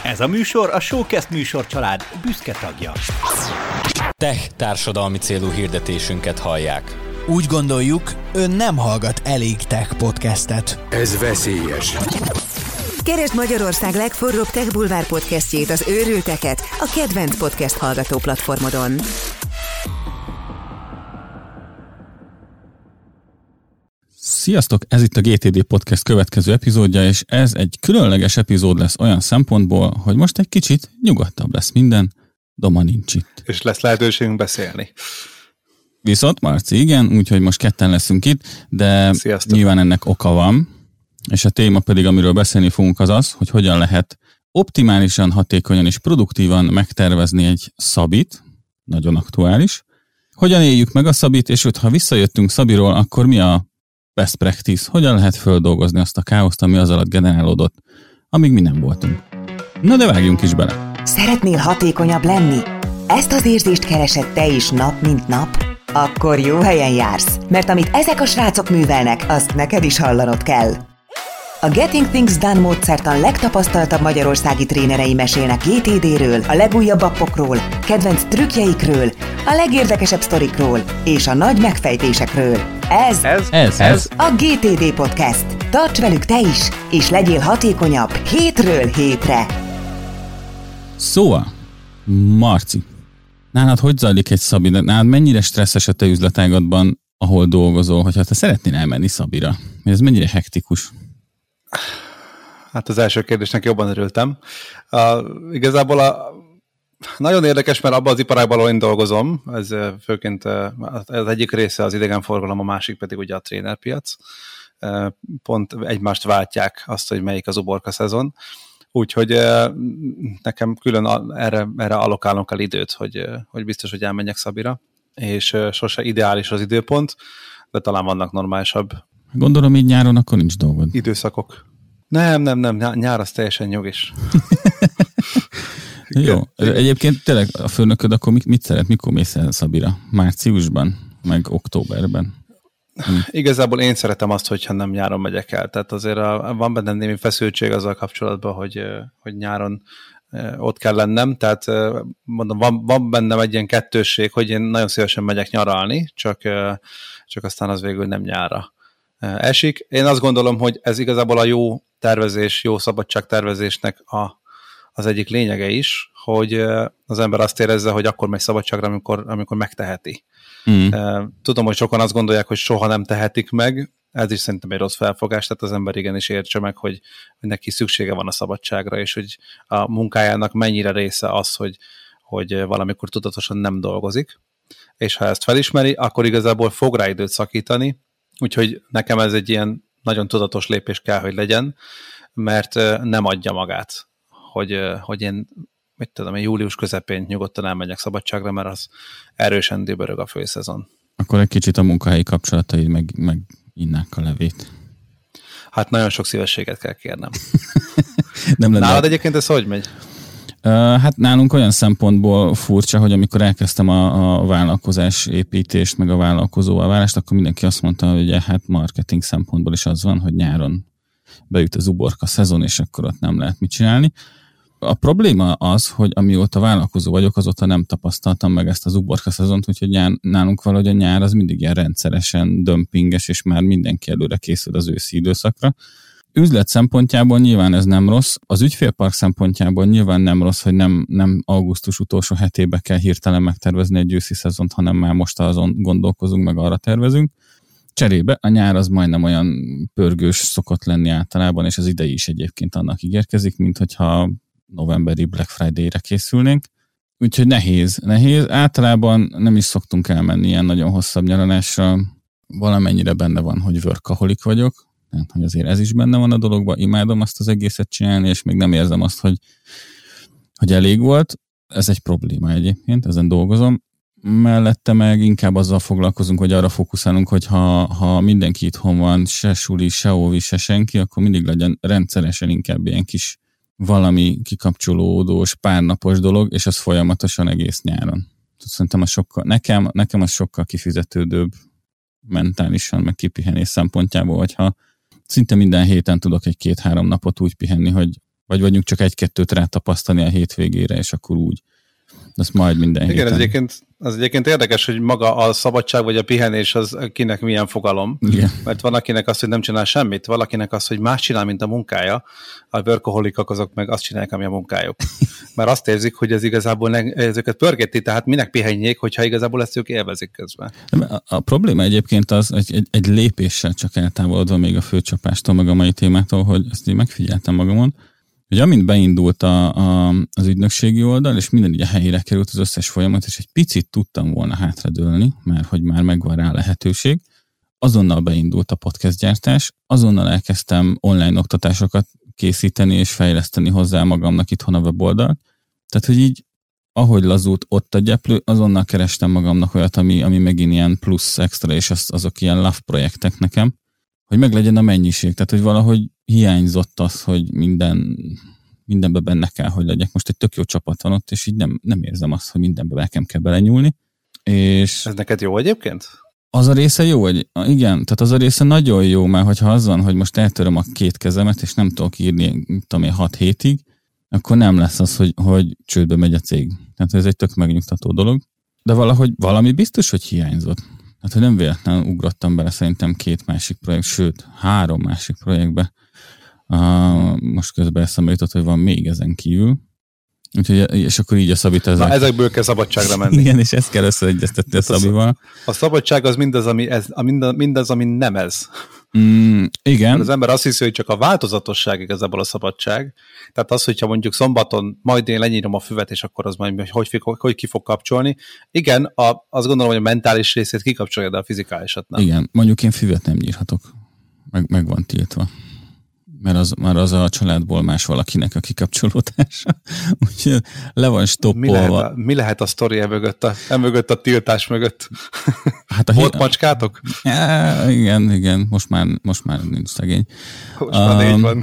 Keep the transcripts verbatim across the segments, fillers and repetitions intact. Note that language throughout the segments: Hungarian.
Ez a műsor a Showcast műsorcsalád büszke tagja. Tech társadalmi célú hirdetésünket hallják. Úgy gondoljuk, ön nem hallgat elég tech podcastet. Ez veszélyes. Keresd Magyarország legforróbb Tech Bulvár podcastjét, az Őrülteket, a kedvenc podcast hallgató platformodon. Sziasztok! Ez itt a gé té dé Podcast következő epizódja, és ez egy különleges epizód lesz olyan szempontból, hogy most egy kicsit nyugodtabb lesz minden, Doma nincs itt. És lesz lehetőségünk beszélni. Viszont Marci, igen, úgyhogy most ketten leszünk itt, de Sziasztok. Nyilván ennek oka van, és a téma pedig, amiről beszélni fogunk, az az, hogy hogyan lehet optimálisan, hatékonyan és produktívan megtervezni egy szabit, nagyon aktuális. Hogyan éljük meg a szabit, és ha visszajöttünk szabiról, akkor mi a best practice, hogyan lehet földolgozni azt a káoszt, ami az alatt generálódott, amíg mi nem voltunk. Na de vágjunk is bele. Szeretnél hatékonyabb lenni? Ezt az érzést keresed te is nap, mint nap? Akkor jó helyen jársz, mert amit ezek a srácok művelnek, azt neked is hallanod kell. A Getting Things Done módszertan legtapasztaltabb magyarországi trénerei mesélnek gé té dé-ről, a legújabb appokról, kedvenc trükkjeikről, a legérdekesebb sztorikról és a nagy megfejtésekről. Ez, ez, ez, ez a gé té dé Podcast. Tarts velük te is, és legyél hatékonyabb hétről hétre. Szóval, Marci, nálad hogy zajlik egy szabi? Nálad mennyire stresszes a te üzletágadban, ahol dolgozol, hogyha te szeretnél elmenni szabira? Ez mennyire hektikus? Hát az első kérdésnek jobban örültem. Uh, igazából a, nagyon érdekes, mert abban az iparágban, ahol én dolgozom, ez főként az egyik része az idegenforgalom, a másik pedig ugye a trénerpiac. Uh, pont egymást váltják azt, hogy melyik az uborka szezon. Úgyhogy uh, nekem külön erre, erre allokálnom kell időt, hogy, uh, hogy biztos, hogy elmenjek szabira, és uh, sose ideális az időpont, de talán vannak normálisabb. Gondolom, így nyáron akkor nincs dolgod. Időszakok. Nem, nem, nem, nyár az teljesen nyugis. Jó. Egyébként tényleg a főnököd akkor mit szeret, mikor mész el szabira? Márciusban, meg októberben? Igazából én szeretem azt, hogyha nem nyáron megyek el. Tehát azért a, van bennem némi feszültség azzal kapcsolatban, hogy, hogy nyáron ott kell lennem. Tehát mondom, van, van bennem egy ilyen kettősség, hogy én nagyon szívesen megyek nyaralni, csak, csak aztán az végül nem nyárra esik. Én azt gondolom, hogy ez igazából a jó tervezés, jó szabadságtervezésnek a, az egyik lényege is, hogy az ember azt érezze, hogy akkor megy szabadságra, amikor, amikor megteheti. Mm. Tudom, hogy sokan azt gondolják, hogy soha nem tehetik meg, ez is szerintem egy rossz felfogás, tehát az ember igenis értse meg, hogy, hogy neki szüksége van a szabadságra, és hogy a munkájának mennyire része az, hogy, hogy valamikor tudatosan nem dolgozik, és ha ezt felismeri, akkor igazából fog rá időt szakítani. Úgyhogy nekem ez egy ilyen nagyon tudatos lépés kell, hogy legyen, mert nem adja magát, hogy, hogy én, mit tudom, én július közepén nyugodtan elmegyek szabadságra, mert az erősen dübörög a főszezon. Akkor egy kicsit a munkahelyi kapcsolataid meg, meg innák a levét. Hát nagyon sok szívességet kell kérnem. Nem lenne. Nálad egyébként ez hogy megy? Uh, hát nálunk olyan szempontból furcsa, hogy amikor elkezdtem a, a vállalkozás építést, meg a vállalkozóvá válást, akkor mindenki azt mondta, hogy ugye, hát marketing szempontból is az van, hogy nyáron beüt az uborka szezon, és akkor ott nem lehet mit csinálni. A probléma az, hogy amióta vállalkozó vagyok, azóta nem tapasztaltam meg ezt az uborka szezont, úgyhogy nyár, nálunk valahogy a nyár az mindig ilyen rendszeresen dömpinges, és már mindenki előre készül az őszi időszakra. Üzlet szempontjából nyilván ez nem rossz, az ügyfélpark szempontjából nyilván nem rossz, hogy nem, nem augusztus utolsó hetébe kell hirtelen megtervezni egy őszi szezont, hanem már most azon gondolkozunk, meg arra tervezünk. Cserébe a nyár az majdnem olyan pörgős szokott lenni általában, és az idei is egyébként annak ígérkezik, mint hogyha novemberi Black Friday-re készülnénk. Úgyhogy nehéz, nehéz. Általában nem is szoktunk elmenni ilyen nagyon hosszabb nyaralásra. Valamennyire benne van, hogy workaholic vagyok, tehát, hogy azért ez is benne van a dologban, imádom azt az egészet csinálni, és még nem érzem azt, hogy, hogy elég volt. Ez egy probléma egyébként, ezen dolgozom. Mellette meg inkább azzal foglalkozunk, hogy arra fókuszálunk, hogy ha, ha mindenki itthon van, se suli, se óvi, se senki, akkor mindig legyen rendszeresen inkább ilyen kis valami kikapcsolódós, párnapos dolog, és az folyamatosan egész nyáron. Szerintem az sokkal, nekem, nekem az sokkal kifizetődőbb mentálisan, meg kipihenés szempontjából, hogyha szinte minden héten tudok egy két-három napot úgy pihenni, hogy Vagy vagyunk csak egy-kettőt rátapasztani a hétvégére, és akkor úgy. Azt majd minden Igen, héten. ez egyébként, az egyébként érdekes, hogy maga a szabadság vagy a pihenés az kinek milyen fogalom. Igen. Mert van akinek azt, hogy nem csinál semmit, valakinek azt, hogy más csinál, mint a munkája. A workaholikok azok meg azt csinálják, ami a munkájuk. Mert azt érzik, hogy ez igazából ne, ezeket pörgeti, tehát minek pihenjék, hogyha igazából ezt ők élvezik közben. A, a probléma egyébként az egy, egy, egy lépéssel csak eltávolodva még a főcsapástól, meg a mai témától, hogy ezt én megfigyeltem magamon, hogy amint beindult a, a, az ügynökségi oldal, és minden így a helyére került az összes folyamat, és egy picit tudtam volna hátradőlni, mert hogy már megvan rá lehetőség, azonnal beindult a podcast gyártás, azonnal elkezdtem online oktatásokat készíteni és fejleszteni hozzá magamnak itthon a weboldalt. Tehát, hogy így, ahogy lazult ott a gyeplő, azonnal kerestem magamnak olyat, ami, ami megint ilyen plusz extra, és az, azok ilyen love projektek nekem, hogy meglegyen a mennyiség. Tehát, hogy valahogy hiányzott az, hogy minden, mindenbe benne kell, hogy legyek. Most egy tök jó csapat van ott, és így nem, nem érzem azt, hogy mindenbe nekem kell belenyúlni. És ez neked jó egyébként? Az a része jó, hogy igen, tehát az a része nagyon jó, mert hogyha az van, hogy most eltöröm a két kezemet, és nem tudok írni, tudom én, hat hétig, akkor nem lesz az, hogy, hogy csődbe megy a cég. Tehát ez egy tök megnyugtató dolog. De valahogy valami biztos, hogy hiányzott. Tehát, hogy nem véletlenül ugrottam bele szerintem két másik projekt, sőt, három másik projektbe. Uh, most közben eszembe jutott, hogy van még ezen kívül. Úgyhogy, és akkor így a Szabit ezek... Na, ezekből kell szabadságra menni. Igen, és ezt kell összeegyeztetni a Szabival. A szabadság az mindaz, ami, ez, a mindaz, mindaz, ami nem ez. Mm, igen. Mert az ember azt hiszi, hogy csak a változatosság igazából a szabadság. Tehát az, hogyha mondjuk szombaton majd én lenyírom a füvet, és akkor az majd hogy, hogy, hogy ki fog kapcsolni. Igen, a, azt gondolom, hogy a mentális részét kikapcsolja, de a fizikálisat nem. Igen, mondjuk én füvet nem nyírhatok. Meg, meg van tiltva. Mert az, már az a családból más valakinek a kikapcsolódása. Úgyhogy le van stoppolva. Mi lehet a, mi lehet a sztori emögött a, emögött a tiltás mögött? Hát a volt macskátok? Ja, igen, igen, most már, most már nincs szegény. Most már um, négy van.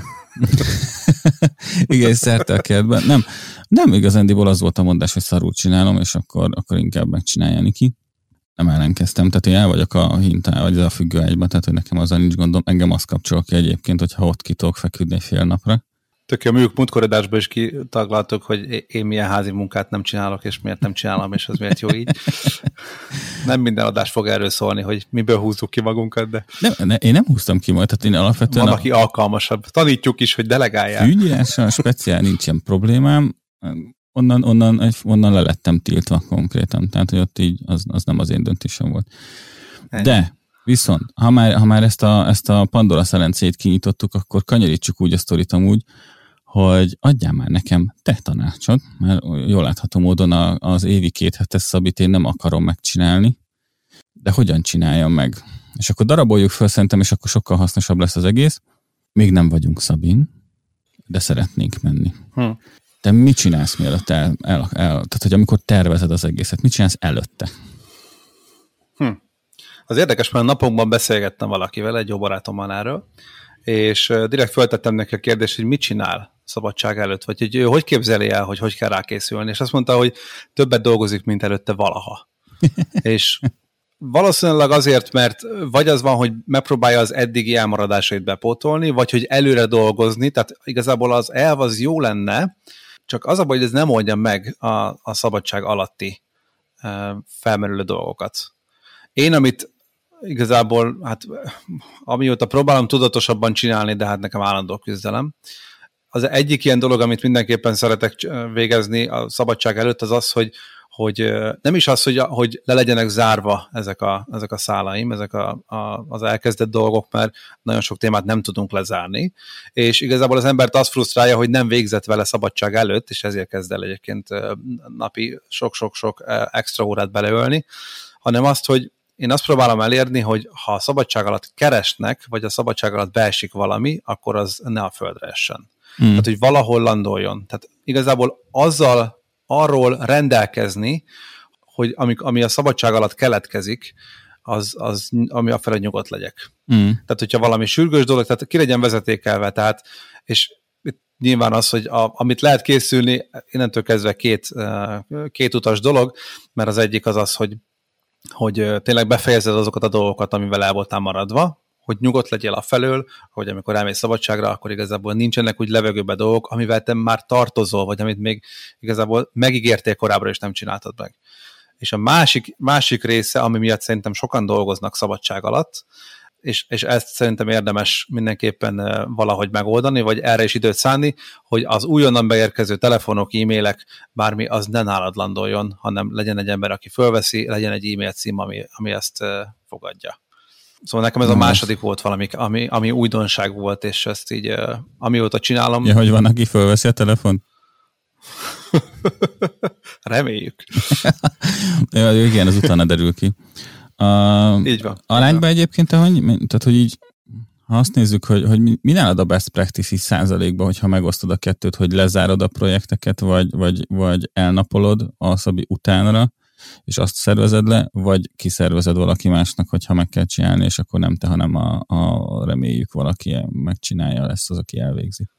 Igen, szerte a kertben. Nem, nem igazándiból az volt a mondás, hogy szarul csinálom, és akkor, akkor inkább megcsinálja Niki. Nem ellenkeztem, tehát én el vagyok a hintá, vagy a függőágyban, tehát hogy nekem azzal nincs gondom, engem azt kapcsol ki egyébként, hogyha ott ki tudok feküdni egy fél napra. Tök jó, mondjuk múltkorodásban is kitaglaltuk, hogy én milyen házi munkát nem csinálok, és miért nem csinálom, és az miért jó így. Nem minden adás fog erről szólni, hogy miből húzzuk ki magunkat, de... Nem, ne, én nem húztam ki majd, tehát én alapvetően... Van, aki a... alkalmasabb. Tanítjuk is, hogy delegálják. Ügyírással speciál nincsen problémám. Onnan, onnan, onnan le lettem tiltva konkrétan, tehát hogy ott így az, az nem az én döntésem volt. Ennyi. De viszont, ha már, ha már ezt, a, ezt a Pandora szelencét kinyitottuk, akkor kanyarítsuk úgy a sztorit amúgy, hogy adjál már nekem te tanácsot, mert jól látható módon az évi két hetes Szabit én nem akarom megcsinálni, de hogyan csináljam meg? És akkor daraboljuk föl szerintem, és akkor sokkal hasznosabb lesz az egész. Még nem vagyunk Szabin, de szeretnénk menni. Hm. Te mit csinálsz mielőtt el, el, el, tehát hogy amikor tervezed az egészet, mit csinálsz előtte? Hm. Az érdekes, mert a napokban beszélgettem valakivel, egy jó barátommal erről, és direkt föltettem neki a kérdést, hogy mit csinál szabadság előtt, vagy hogy ő hogy képzeli el, hogy hogy kell rákészülni, és azt mondta, hogy többet dolgozik, mint előtte valaha. És valószínűleg azért, mert vagy az van, hogy megpróbálja az eddigi elmaradásait bepótolni, vagy hogy előre dolgozni, tehát igazából az elv az jó lenne, csak az a baj, hogy ez nem oldja meg a, a szabadság alatti uh, felmerülő dolgokat. Én, amit igazából, hát amióta próbálom tudatosabban csinálni, de hát nekem állandó küzdelem, az egyik ilyen dolog, amit mindenképpen szeretek végezni a szabadság előtt, az az, hogy, hogy nem is az, hogy, hogy le legyenek zárva ezek a, ezek a szálaim, ezek a, a, az elkezdett dolgok, mert nagyon sok témát nem tudunk lezárni, és igazából az embert az frusztrálja, hogy nem végzett vele szabadság előtt, és ezért kezd el egyébként napi sok-sok-sok extra órát beleölni, hanem azt, hogy én azt próbálom elérni, hogy ha a szabadság alatt keresnek, vagy a szabadság alatt beesik valami, akkor az ne a földre essen. Hmm. Tehát, hogy valahol landoljon. Tehát igazából azzal arról rendelkezni, hogy ami, ami a szabadság alatt keletkezik, az, az ami a felett nyugodt legyek. Hmm. Tehát, hogyha valami sürgős dolog, tehát ki legyen vezetékelve, tehát, és nyilván az, hogy a, amit lehet készülni, innentől kezdve két, két utas dolog, mert az egyik az az, hogy hogy tényleg befejezed azokat a dolgokat, amivel el voltál maradva, hogy nyugodt legyél afelől, hogy amikor elmész szabadságra, akkor igazából nincsenek úgy levegőbe dolgok, amivel te már tartozol, vagy amit még igazából megígértél korábban, és nem csináltad meg. És a másik, másik része, ami miatt szerintem sokan dolgoznak szabadság alatt, és, és ezt szerintem érdemes mindenképpen valahogy megoldani, vagy erre is időt szánni, hogy az újonnan beérkező telefonok, e-mailek, bármi, az ne nálad landoljon, hanem legyen egy ember, aki fölveszi, legyen egy e-mail cím, ami, ami ezt fogadja. Szóval nekem ez a második volt valami, ami, ami újdonság volt, és ezt így amióta csinálom. Ja, hogy van, aki fölveszi a telefont? Reméljük. Ja, igen, az utána derül ki. Uh, így van. Arányban egyébként, te, hogy, tehát, hogy így, ha azt nézzük, hogy, hogy mi nálad a best practice százalékban, hogyha megosztod a kettőt, hogy lezárod a projekteket, vagy, vagy, vagy elnapolod a szabi utánra, és azt szervezed le, vagy kiszervezed valaki másnak, hogyha meg kell csinálni, és akkor nem te, hanem a, a reméljük valaki megcsinálja, lesz az, aki elvégzi.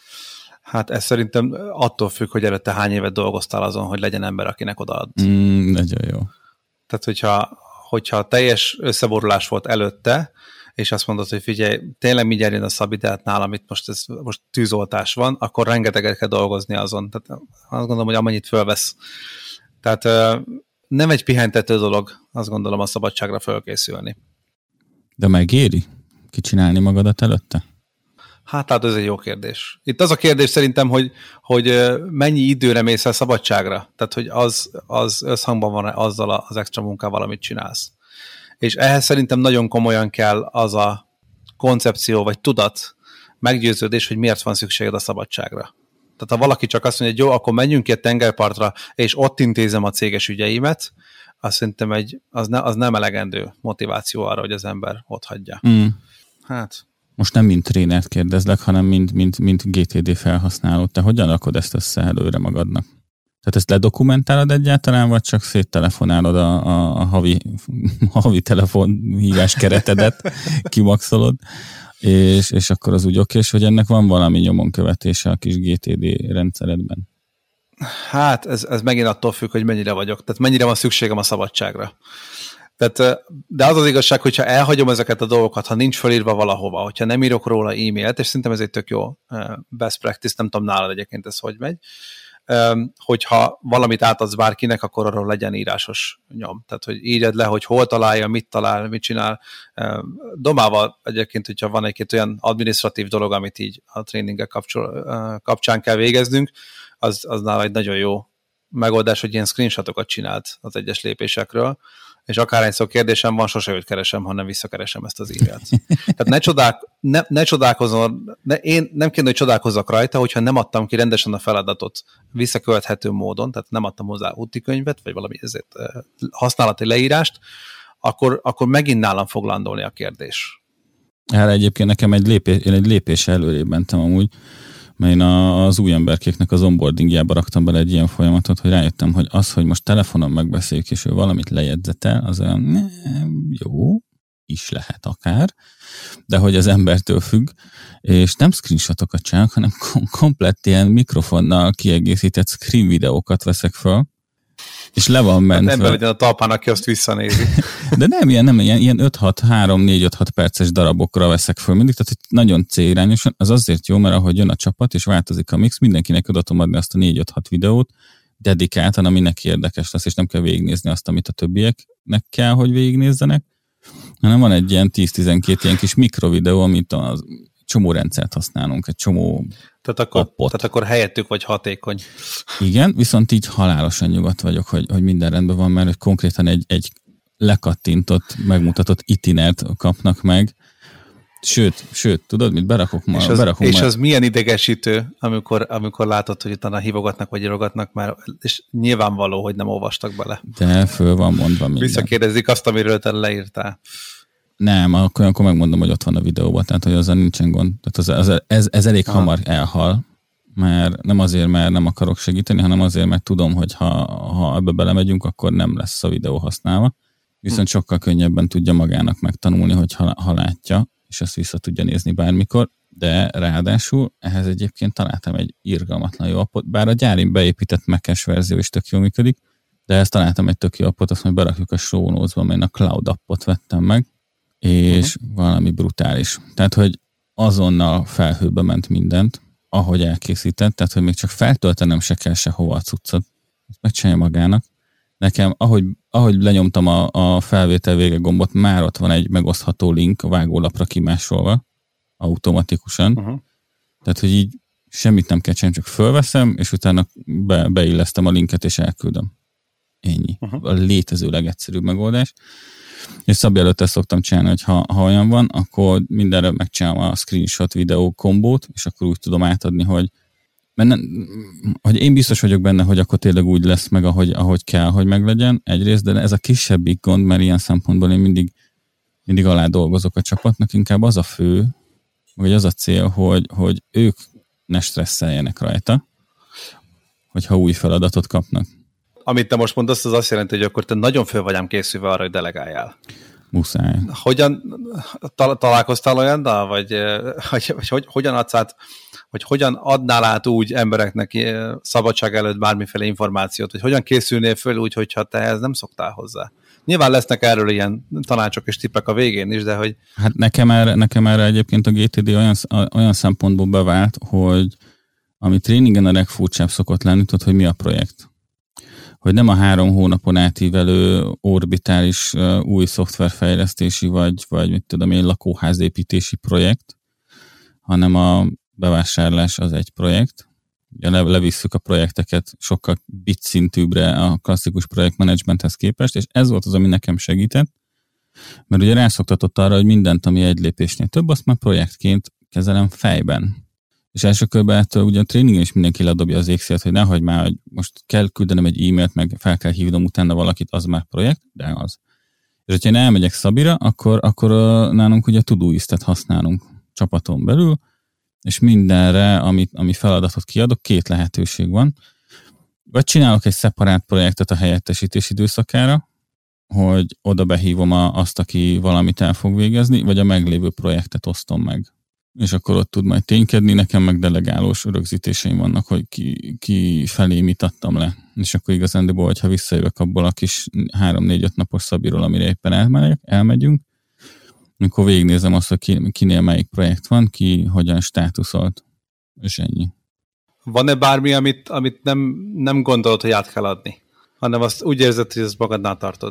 Hát ez szerintem attól függ, hogy előtte hány évet dolgoztál azon, hogy legyen ember, akinek odaad. Mm, nagyon jó. Tehát, hogyha, hogyha teljes összeborulás volt előtte, és azt mondod, hogy figyelj, tényleg mindjárt jön a Szabi, de hát nálam itt most, ez, most tűzoltás van, akkor rengeteget kell dolgozni azon. Tehát azt gondolom, hogy amennyit fölvesz. Tehát nem egy pihentető dolog, azt gondolom, a szabadságra fölkészülni. De megéri kicsinálni magadat előtte? Hát, hát ez egy jó kérdés. Itt az a kérdés szerintem, hogy, hogy mennyi időre mész el szabadságra. Tehát, hogy az, az összhangban van azzal az extra munkával, amit csinálsz. És ehhez szerintem nagyon komolyan kell az a koncepció, vagy tudat, meggyőződés, hogy miért van szükséged a szabadságra. Tehát ha valaki csak azt mondja, hogy jó, akkor menjünk ki a tengerpartra, és ott intézem a céges ügyeimet, azt szerintem egy, az, ne, az nem elegendő motiváció arra, hogy az ember ott hagyja. Mm. Hát... Most nem mint trénert kérdezlek, hanem mint, mint, mint gé té dé felhasználó. Te hogyan rakod ezt össze előre magadnak? Tehát ezt ledokumentálod egyáltalán, vagy csak széttelefonálod a, a, a havi, havi telefonhívás keretedet, kimaxolod, és, és akkor az úgy okés, hogy ennek van valami nyomon követése a kis gé té dé rendszeredben? Hát ez, ez megint attól függ, hogy mennyire vagyok. Tehát mennyire van szükségem a szabadságra. Tehát, de az az igazság, hogyha elhagyom ezeket a dolgokat, ha nincs felírva valahova, hogyha nem írok róla e-mailt, és szerintem ez egy tök jó best practice, nem tudom nálad egyébként ez hogy megy, hogyha valamit átadsz bárkinek, akkor arról legyen írásos nyom. Tehát, hogy írjad le, hogy hol találja, mit talál, mit csinál. Domával egyébként, hogyha van egy-két olyan administratív dolog, amit így a tréningek kapcsán kell végeznünk, az, az nála egy nagyon jó megoldás, hogy ilyen screenshotokat csinált az egyes lépésekről, és akárhányszor kérdésem van, sose őt keresem, hanem visszakeresem ezt az e-mailt. Tehát ne, csodák, ne, ne csodálkozzon, ne, én nem kéne, hogy csodálkozzak rajta, hogyha nem adtam ki rendesen a feladatot visszakövethető módon, tehát nem adtam hozzá útikönyvet, vagy valami ezért használati leírást, akkor, akkor megint nálam fog landolni a kérdés. Erre egyébként nekem egy lépés, én egy lépés előrébb mentem amúgy, mert én az új emberkéknek az onboardingjába raktam bele egy ilyen folyamatot, hogy rájöttem, hogy az, hogy most telefonon megbeszéljük, és ő valamit lejegyzetel, az olyan nem, jó, is lehet akár, de hogy az embertől függ, és nem screenshotokat csinálok, hanem kom- komplett ilyen mikrofonnal kiegészített screen videókat veszek föl, és le van mentve. Hát ember legyen a talpán, aki azt visszanézi. De nem, ilyen, nem, ilyen, ilyen öt-hat, három, négy, öt-hat perces darabokra veszek föl mindig, tehát hogy nagyon célirányosan, az azért jó, mert ahogy jön a csapat, és változik a mix, mindenkinek oda tudom adni azt a négy-öt-hat videót, dedikáltan, ami neki érdekes lesz, és nem kell végignézni azt, amit a többieknek kell, hogy végignézzenek, hanem van egy ilyen tíz-tizenkét ilyen kis mikrovideó, amit a csomó rendszert használunk, egy csomó tehát akkor, tehát akkor helyettük vagy hatékony. Igen, viszont így halálosan nyugodt vagyok, hogy, hogy minden rendben van, mert konkrétan egy, egy lekattintott, megmutatott itinert kapnak meg. Sőt, sőt, tudod, mit berakok ma? És az, berakom és ma... az milyen idegesítő, amikor, amikor látod, hogy utána hívogatnak vagy írogatnak, mert és nyilvánvaló, hogy nem olvastak bele. De föl van mondva minden. Visszakérdezik azt, amiről te leírtál. Nem, akkor, akkor megmondom, hogy ott van a videóban, tehát hogy azzal nincsen gond. Tehát az, az, ez, ez elég Aha. hamar elhal, mert nem azért, mert nem akarok segíteni, hanem azért, mert tudom, hogy ha, ha ebbe belemegyünk, akkor nem lesz a videó használva. Viszont sokkal könnyebben tudja magának megtanulni, hogy ha, ha látja, és ezt vissza tudja nézni bármikor, de ráadásul ehhez egyébként találtam egy irgalmatlan jó appot, bár a gyárin beépített Mac-es verzió is tök jól működik, de ezt találtam egy tök jó appot, azt majd berakjuk a show notes-ba, mert én a Cloud appot vettem meg, és uh-huh. valami brutális. Tehát, hogy azonnal felhőbe ment mindent, ahogy elkészített, tehát, hogy még csak feltöltenem se kell sehova a cuccot. Ezt megcsinálja magának. Nekem, ahogy, ahogy lenyomtam a, a felvétel vége gombot, már ott van egy megosztható link a vágólapra kimásolva, automatikusan. Uh-huh. Tehát, hogy így semmit nem kell csinálni, csak fölveszem, és utána be, beillesztem a linket, és elküldöm. Ennyi. Uh-huh. A létező legegyszerűbb megoldás. És Szabi előtt ezt szoktam csinálni, hogy ha, ha olyan van, akkor mindenre megcsinálom a screenshot videó kombót, és akkor úgy tudom átadni, hogy, nem, hogy én biztos vagyok benne, hogy akkor tényleg úgy lesz meg, ahogy, ahogy kell, hogy meglegyen egyrészt, de ez a kisebbik gond, mert ilyen szempontból én mindig, mindig alá dolgozok a csapatnak, inkább az a fő, vagy az a cél, hogy, hogy ők ne stresszeljenek rajta, hogyha új feladatot kapnak. Amit te most mondasz, az azt jelenti, hogy akkor te nagyon föl vagy ám készülve arra, hogy delegáljál. Muszáj. Hogyan tal- találkoztál olyannal, vagy, vagy, vagy hogy, hogyan adsz át, hogy hogyan adnál át úgy embereknek szabadság előtt bármiféle információt, hogy hogyan készülnél föl úgy, hogyha te ehhez nem szoktál hozzá? Nyilván lesznek erről ilyen tanácsok és tippek a végén is, de hogy... Hát nekem erre, nekem erre egyébként a gé té dé olyan, olyan szempontból bevált, hogy ami tréningen a legfurcsább szokott lenni, tudod, hogy mi a projekt. Hogy nem a három hónapon átívelő orbitális uh, új szoftverfejlesztési vagy, vagy mit tudom én, lakóházépítési projekt, hanem a bevásárlás az egy projekt. Ugye le, levisszük a projekteket sokkal bit szintűbbre a klasszikus projektmenedzsmenthez képest, és ez volt az, ami nekem segített, mert ugye rászoktatott arra, hogy mindent, ami egy lépésnél több, azt már projektként kezelem fejben. És első körben ettől ugye a tréningen is mindenki ledobja az égszélt, hogy nehogy már, hogy most kell küldenem egy e-mailt, meg fel kell hívnom utána valakit, az már projekt, de az. És hogyha én elmegyek Szabira, akkor, akkor nálunk ugye Todoistet használunk csapaton belül, és mindenre, ami, ami feladatot kiadok, két lehetőség van. Vagy csinálok egy szeparát projektet a helyettesítés időszakára, hogy oda behívom a, azt, aki valamit el fog végezni, vagy a meglévő projektet osztom meg. És akkor ott tud majd ténykedni, nekem meg delegálós rögzítéseim vannak, hogy ki, ki felé mit adtam le. És akkor igazándiból, hogyha visszajövök abból a kis három-négy-öt napos Szabiról, amire éppen elmegyek, elmegyünk, akkor végignézem azt, hogy ki, kinél melyik projekt van, ki hogyan státuszolt, és ennyi. Van-e bármi, amit, amit nem, nem gondolod, hogy át kell adni? Hanem azt úgy érzed, hogy ezt magadnál tartod?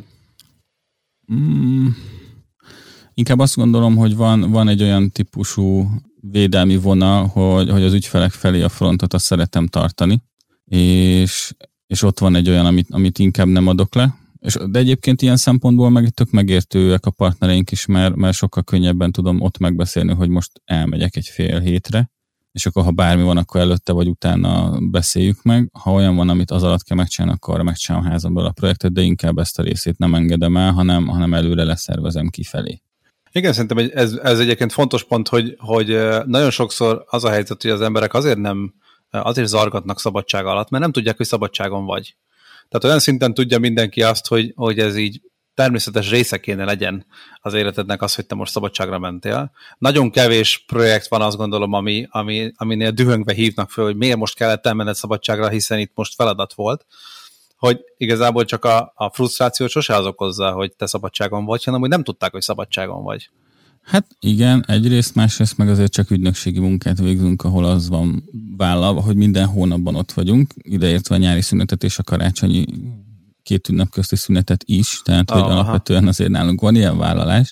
Mm. Inkább azt gondolom, hogy van, van egy olyan típusú védelmi vonal, hogy, hogy az ügyfelek felé a frontot azt szeretem tartani, és, és ott van egy olyan, amit, amit inkább nem adok le. És, de egyébként ilyen szempontból meg tök megértőek a partnereink is, mert, mert sokkal könnyebben tudom ott megbeszélni, hogy most elmegyek egy fél hétre, és akkor ha bármi van, akkor előtte vagy utána beszéljük meg. Ha olyan van, amit az alatt kell megcsinálni, akkor megcsinálom házamból a projektet, de inkább ezt a részét nem engedem el, hanem, hanem előre leszervezem kifelé. Igen, szerintem ez, ez egyébként fontos pont, hogy, hogy nagyon sokszor az a helyzet, hogy az emberek azért nem, azért zargatnak szabadság alatt, mert nem tudják, hogy szabadságon vagy. Tehát olyan szinten tudja mindenki azt, hogy, hogy ez így természetes része kéne legyen az életednek az, hogy te most szabadságra mentél. Nagyon kevés projekt van, azt gondolom, ami, ami, aminél dühöngve hívnak föl, hogy miért most kellett elmenned szabadságra, hiszen itt most feladat volt, hogy igazából csak a, a frusztrációt sose az okozza, hogy te szabadságon vagy, hanem hogy nem tudták, hogy szabadságon vagy. Hát igen, egyrészt, másrészt meg azért csak ügynökségi munkát végzünk, ahol az van vállalva, hogy minden hónapban ott vagyunk, ideértve a nyári szünetet és a karácsonyi két ünnep közti szünetet is, tehát hogy oh, alapvetően azért nálunk van ilyen vállalás,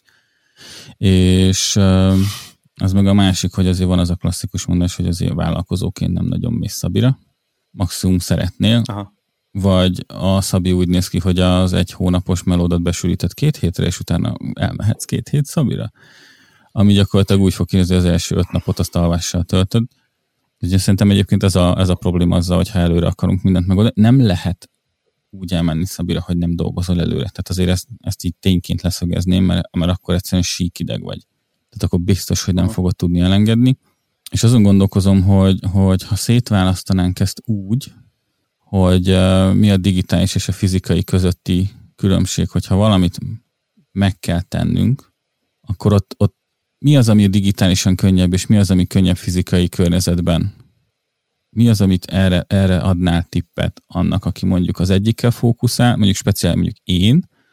és az meg a másik, hogy azért van az a klasszikus mondás, hogy azért vállalkozóként nem nagyon mész Szabira, maximum szeretnél, aha. Vagy a Szabi úgy néz ki, hogy az egy hónapos melódat besűrített két hétre, és utána elmehetsz két hét Szabira, ami gyakorlatilag úgy fog kinézni, az első öt napot azt alvással töltöd. Ugye szerintem egyébként ez a, ez a probléma azzal, hogyha előre akarunk mindent megoldani. Nem lehet úgy elmenni Szabira, hogy nem dolgozol előre. Tehát azért ezt, ezt így tényként leszögezném, mert, mert akkor egyszerűen síkideg vagy. Tehát akkor biztos, hogy nem fogod tudni elengedni. És azon gondolkozom, hogy, hogy ha szétválasztanánk ezt úgy, hogy uh, mi a digitális és a fizikai közötti különbség, hogyha valamit meg kell tennünk, akkor ott, ott mi az, ami digitálisan könnyebb, és mi az, ami könnyebb fizikai környezetben? Mi az, amit erre, erre adnál tippet annak, aki mondjuk az egyikkel fókuszál, mondjuk speciál mondjuk én,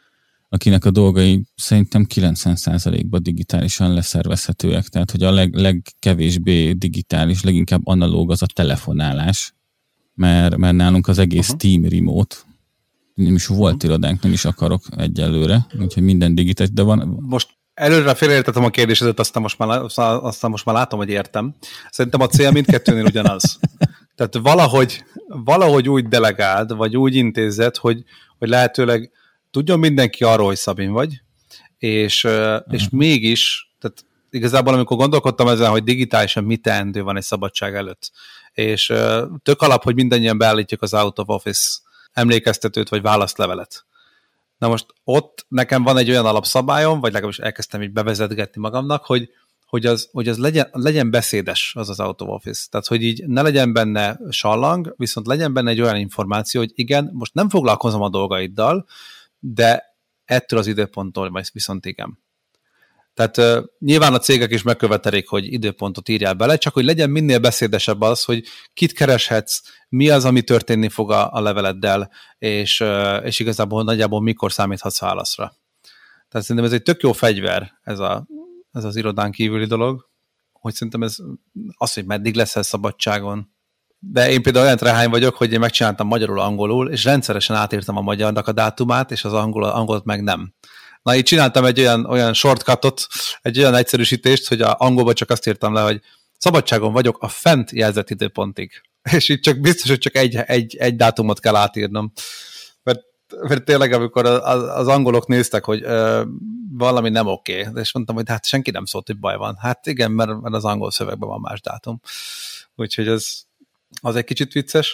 akinek a dolgai szerintem kilencven százalékban digitálisan leszervezhetőek, tehát hogy a leg, legkevésbé digitális, leginkább analóg az a telefonálás, mert, mert nálunk az egész uh-huh. team remote, nem is volt uh-huh. irodánk, nem is akarok egyelőre, úgyhogy minden digitális, de van... Most előre félreértettem a kérdésedet, aztán most, már, aztán most már látom, hogy értem. Szerintem a cél mindkettőnél ugyanaz. Tehát valahogy, valahogy úgy delegáld, vagy úgy intézed, hogy, hogy lehetőleg tudjon mindenki arról, hogy Szabin vagy, és, uh-huh. és mégis, tehát igazából amikor gondolkodtam ezen, hogy digitálisan mit teendő van egy szabadság előtt, és tök alap, hogy mindannyian beállítjuk az out of office emlékeztetőt, vagy válaszlevelet. Na most ott nekem van egy olyan alapszabályom, vagy legalábbis elkezdtem így bevezetgetni magamnak, hogy, hogy az, hogy az legyen, legyen beszédes az az out of office. Tehát, hogy így ne legyen benne sallang, viszont legyen benne egy olyan információ, hogy igen, most nem foglalkozom a dolgaiddal, de ettől az időponttól viszont igen. Tehát uh, nyilván a cégek is megkövetelik, hogy időpontot írjál bele, csak hogy legyen minél beszédesebb az, hogy kit kereshetsz, mi az, ami történni fog a, a leveleddel, és, uh, és igazából nagyjából mikor számíthatsz válaszra. Tehát szerintem ez egy tök jó fegyver, ez, a, ez az irodán kívüli dolog, hogy szerintem ez az, hogy meddig leszel szabadságon. De én például olyan trehány vagyok, hogy én megcsináltam magyarul, angolul, és rendszeresen átírtam a magyarnak a dátumát, és az angol, angolt meg nem. Na, így csináltam egy olyan, olyan shortcutot, egy olyan egyszerűsítést, hogy a angolban csak azt írtam le, hogy szabadságon vagyok a fent jelzett időpontig. És így csak biztos, hogy csak egy, egy, egy dátumot kell átírnom. Mert, mert tényleg, amikor az, az angolok néztek, hogy ö, valami nem oké, okay, és mondtam, hogy hát senki nem szólt, hogy baj van. Hát igen, mert, mert az angol szövegben van más dátum. Úgyhogy ez az egy kicsit vicces.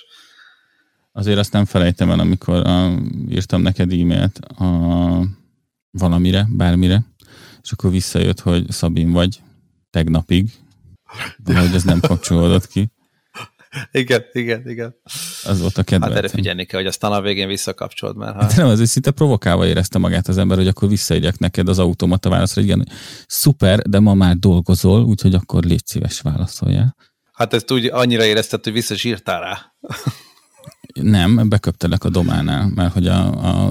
Azért azt nem felejtem el, amikor a, írtam neked e-mailt a valamire, bármire, és akkor visszajött, hogy Szabin vagy tegnapig, de hogy ez nem kapcsolódott ki. Igen, igen, igen. Az volt a kedvencem. Hát erre figyelni kell, hogy aztán a végén visszakapcsolod, mert ha... Hát nem, azért szinte provokálva érezte magát az ember, hogy akkor visszaírják neked az automata válaszra, igen, szuper, de ma már dolgozol, úgyhogy akkor légy szíves, válaszoljál. Hát ezt úgy annyira érezted, hogy vissza is írtál rá. Nem, beköptelek a dománál, mert hogy a, a,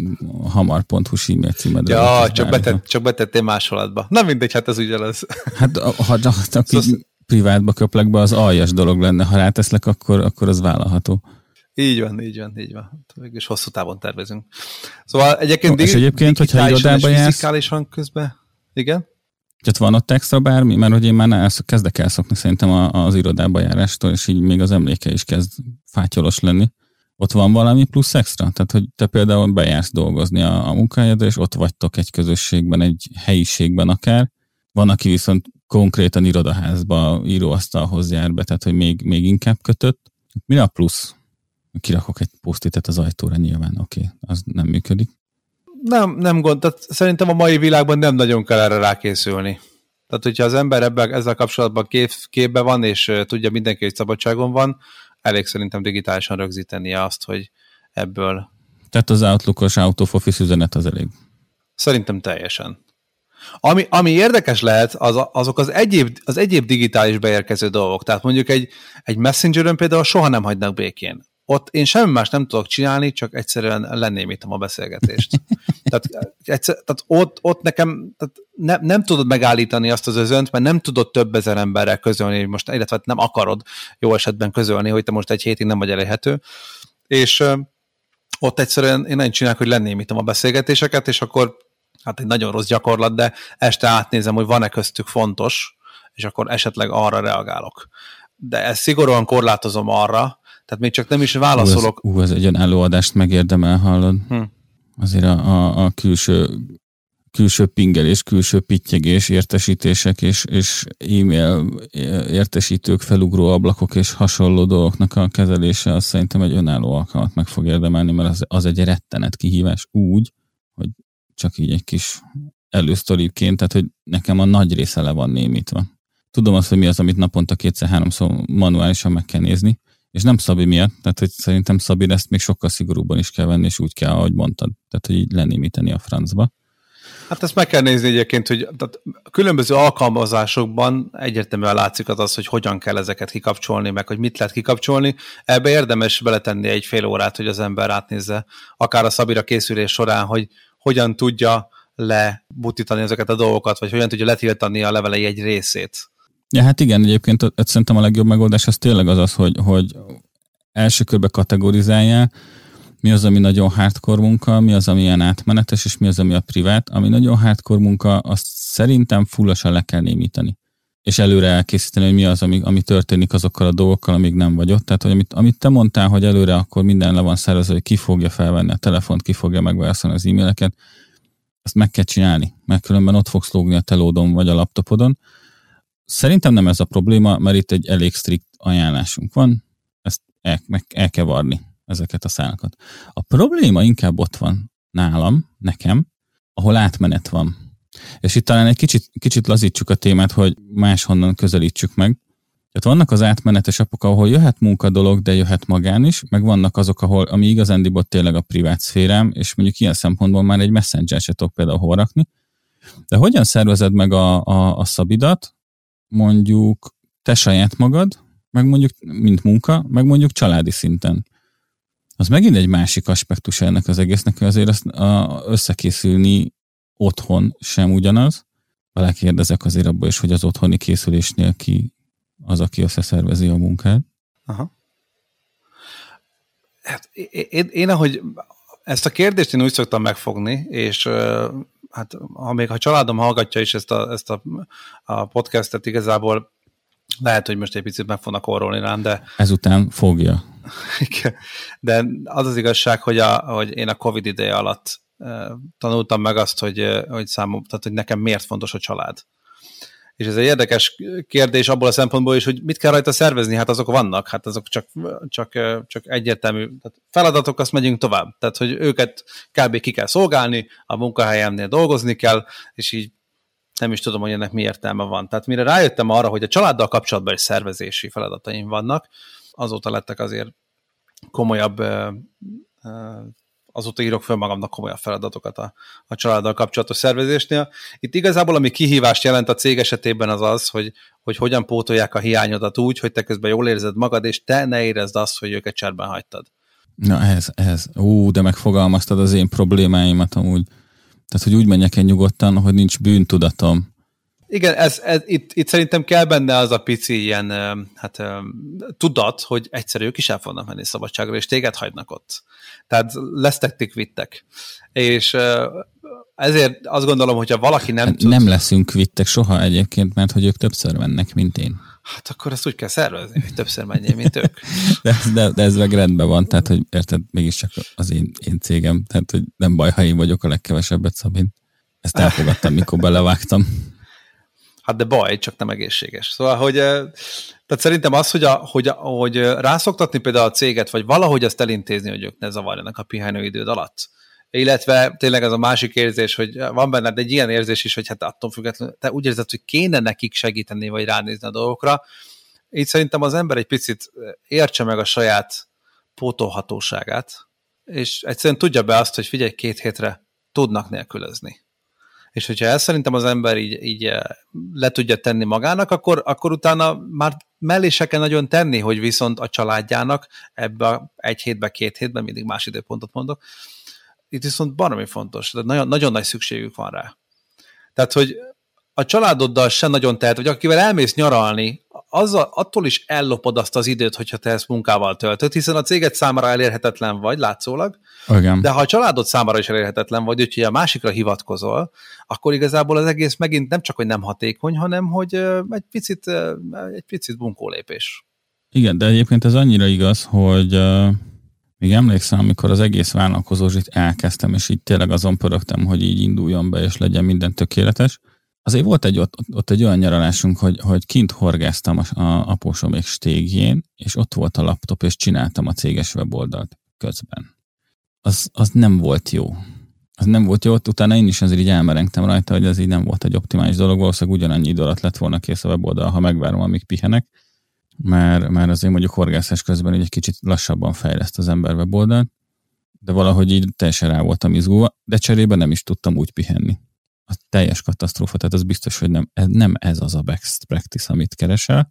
a hamar pont hu e-mail címedre. Ja, csak, betett, csak betettél másolatba. Na mindegy, hát ez ugyanaz. Hát ha csak szóval... privátba köplek be, az aljas dolog lenne. Ha ráteszlek, akkor, akkor az vállalható. Így van, így van, így van. Mégis hosszú távon tervezünk. Szóval egyébként... És egyébként, hogyha irodába jársz... Fizikálisan közben... Igen? Tehát van ott extra bármi? Mert hogy én már elszok, kezdek elszokni szerintem az irodába járástól, és így még az emléke is kezd fátyolos lenni. Ott van valami plusz extra? Tehát, hogy te például bejársz dolgozni a, a munkahelyedre, és ott vagytok egy közösségben, egy helyiségben akár. Van, aki viszont konkrétan irodaházba, íróasztalhoz jár be, tehát, hogy még, még inkább kötött. Mi a plusz? Kirakok egy posztitet az ajtóra, nyilván oké, okay, az nem működik. Nem, nem gond, tehát szerintem a mai világban nem nagyon kell erre rákészülni. Tehát, hogyha az ember ebben, ezzel kapcsolatban kép, képbe van, és tudja mindenki, hogy szabadságon van, elég szerintem digitálisan rögzítenie azt, hogy ebből... Tehát az Outlook-os out of office üzenet az elég? Szerintem teljesen. Ami, ami érdekes lehet, az, azok az egyéb, az egyéb digitális beérkező dolgok. Tehát mondjuk egy, egy Messengeren például soha nem hagynak békén. Ott én semmi más nem tudok csinálni, csak egyszerűen lennémítem a beszélgetést. tehát egyszer, tehát ott, ott nekem tehát ne, nem tudod megállítani azt az özönt, mert nem tudod több ezer emberrel közölni, hogy most, illetve nem akarod jó esetben közölni, hogy te most egy hétig nem vagy elérhető. És ö, ott egyszerűen én nem csinálok, hogy lennémítem a beszélgetéseket, és akkor hát egy nagyon rossz gyakorlat, de este átnézem, hogy van-e köztük fontos, és akkor esetleg arra reagálok. De ezt szigorúan korlátozom arra, tehát még csak nem is válaszolok. Ú, ez egy olyan előadást megérdemel, hallod? Hm. Azért a, a, a külső, külső pingelés, külső pittyegés, értesítések és, és e-mail értesítők, felugró ablakok és hasonló dolgoknak a kezelése, az szerintem egy önálló alkalmat meg fog érdemelni, mert az, az egy rettenet kihívás úgy, hogy csak így egy kis elősztorívként, tehát hogy nekem a nagy része le van némítva. Tudom azt, hogy mi az, amit naponta kétszer-háromszor manuálisan meg kell nézni, és nem Szabi miatt, tehát hogy szerintem Szabi ezt még sokkal szigorúbban is kell venni, és úgy kell, ahogy mondtad. Tehát, hogy így lenémíteni a francba. Hát ezt meg kell nézni egyébként, hogy tehát különböző alkalmazásokban egyértelműen látszik az, hogy hogyan kell ezeket kikapcsolni, meg hogy mit lehet kikapcsolni. Ebbe érdemes beletenni egy fél órát, hogy az ember átnézze, akár a Szabira készülés során, hogy, hogyan tudja lebutítani ezeket a dolgokat, vagy hogyan tudja letiltani a levelei egy részét. Ja, hát igen, egyébként szerintem a legjobb megoldás az tényleg az az, hogy, hogy első körbe kategorizáljál, mi az, ami nagyon hardcore munka, mi az, ami ilyen átmenetes, és mi az, ami a privát. Ami nagyon hardcore munka, azt szerintem fullosan le kell némítani. És előre elkészíteni, hogy mi az, ami, ami történik azokkal a dolgokkal, amíg nem vagy ott. Tehát, hogy amit, amit te mondtál, hogy előre akkor minden le van szervezve, hogy ki fogja felvenni a telefont, ki fogja megválaszolni az e-maileket, azt meg kell csinálni, mert különben ott fogsz lógni a telódon vagy a laptopodon. Szerintem nem ez a probléma, mert itt egy elég strikt ajánlásunk van, ezt el, meg el kell varni, ezeket a szálakat. A probléma inkább ott van nálam, nekem, ahol átmenet van. És itt talán egy kicsit, kicsit lazítsuk a témát, hogy máshonnan közelítsük meg. Tehát vannak az átmenetes appok, ahol jöhet munka dolog, de jöhet magán is, meg vannak azok, ahol, ami igazándiból tényleg a privát szférám, és mondjuk ilyen szempontból már egy messenger se tudok például hol rakni. De hogyan szervezed meg a, a, a szabidat, mondjuk te saját magad, meg mondjuk mint munka, meg mondjuk családi szinten? Az megint egy másik aspektus ennek az egésznek, hogy azért azt a, összekészülni otthon sem ugyanaz. Belekérdezek azért abból is, hogy az otthoni készülésnél ki az, aki összeszervezi a munkát. Aha. Hát, én, én, ahogy ezt a kérdést én úgy szoktam megfogni, és hát ha még a családom hallgatja is ezt a, ezt a, a podcastet, igazából lehet, hogy most egy picit meg fognak orrolni rám, de... Ezután fogja. De az az igazság, hogy, a, hogy én a Covid ideje alatt tanultam meg azt, hogy, hogy, számom, tehát, hogy nekem miért fontos a család. És ez egy érdekes kérdés abból a szempontból is, hogy mit kell rajta szervezni, hát azok vannak, hát azok csak, csak, csak egyértelmű tehát feladatok, azt megyünk tovább. Tehát, hogy őket kb. Ki kell szolgálni, a munkahelyemnél dolgozni kell, és így nem is tudom, hogy ennek mi értelme van. Tehát mire rájöttem arra, hogy a családdal kapcsolatban is szervezési feladataim vannak, azóta lettek azért komolyabb, azóta írok föl magamnak komolyabb feladatokat a, a családdal kapcsolatos szervezésnél. Itt igazából ami kihívást jelent a cég esetében az az, hogy, hogy hogyan pótolják a hiányodat úgy, hogy te közben jól érzed magad, és te ne érezd azt, hogy őket cserben hagytad. Na ez, ez. Ú, de megfogalmaztad az én problémáimat amúgy. Tehát, hogy úgy menjek el nyugodtan, hogy nincs bűntudatom. Igen, ez, ez, itt, itt szerintem kell benne az a pici ilyen hát, tudat, hogy egyszer ők is el fognak menni szabadságra, és téged hagynak ott. Tehát lesztek, vittek. És ezért azt gondolom, hogyha valaki nem hát tud... Nem leszünk kvittek soha egyébként, mert hogy ők többször mennek, mint én. Hát akkor ezt úgy kell szervezni, hogy többször menjél, mint ők. De, de, de ez meg rendben van, tehát hogy érted, mégiscsak az én, én cégem, tehát hogy nem baj, ha én vagyok a legkevesebbet, Szabin. Ezt elfogadtam, mikor belevágtam. Hát de baj, csak nem egészséges. Szóval, hogy tehát szerintem az, hogy, a, hogy, a, hogy rászoktatni például a céget, vagy valahogy azt elintézni, hogy ők ne zavarjanak a pihenőidőd alatt. Illetve tényleg ez a másik érzés, hogy van benned egy ilyen érzés is, hogy hát attól függetlenül te úgy érzed, hogy kéne nekik segíteni, vagy ránézni a dolgokra. Így szerintem az ember egy picit értse meg a saját pótolhatóságát, és egyszerűen tudja be azt, hogy figyelj, két hétre tudnak nélkülözni. És hogyha ezt szerintem az ember így, így le tudja tenni magának, akkor, akkor utána már mellé se kell nagyon tenni, hogy viszont a családjának ebbe egy hétbe, két hétben, mindig más időpontot mondok, itt viszont baromi fontos, de nagyon, nagyon nagy szükségük van rá. Tehát, hogy a családoddal sem nagyon tehet, vagy akivel elmész nyaralni, azzal, attól is ellopod azt az időt, hogyha te ezt munkával töltöd, hiszen a céged számára elérhetetlen vagy, látszólag, igen. De ha a családod számára is elérhetetlen vagy, úgyhogy a másikra hivatkozol, akkor igazából az egész megint nem csak, hogy nem hatékony, hanem, hogy egy picit, egy picit bunkólépés. Igen, de egyébként ez annyira igaz, hogy uh, még emlékszem, amikor az egész vállalkozósit elkezdtem, és így tényleg azon pörögtem, hogy így induljon be, és legyen minden tökéletes. Azért volt egy ott, ott egy olyan nyaralásunk, hogy, hogy kint horgáztam a, a apósomék stégjén, és ott volt a laptop, és csináltam a céges weboldalt közben. Az, az nem volt jó. Az nem volt jó, ott utána én is azért így elmerengtem rajta, hogy ez így nem volt egy optimális dolog, valószínűleg ugyanannyi idő alatt lett volna kész a weboldal, ha megvárom, amíg pihenek, mert, mert azért mondjuk horgászás közben egy kicsit lassabban fejleszt az ember weboldalt, de valahogy így teljesen rá voltam izgulva, de cserébe nem is tudtam úgy pihenni. A teljes katasztrófa, tehát az biztos, hogy nem ez, nem ez az a best practice, amit keresel,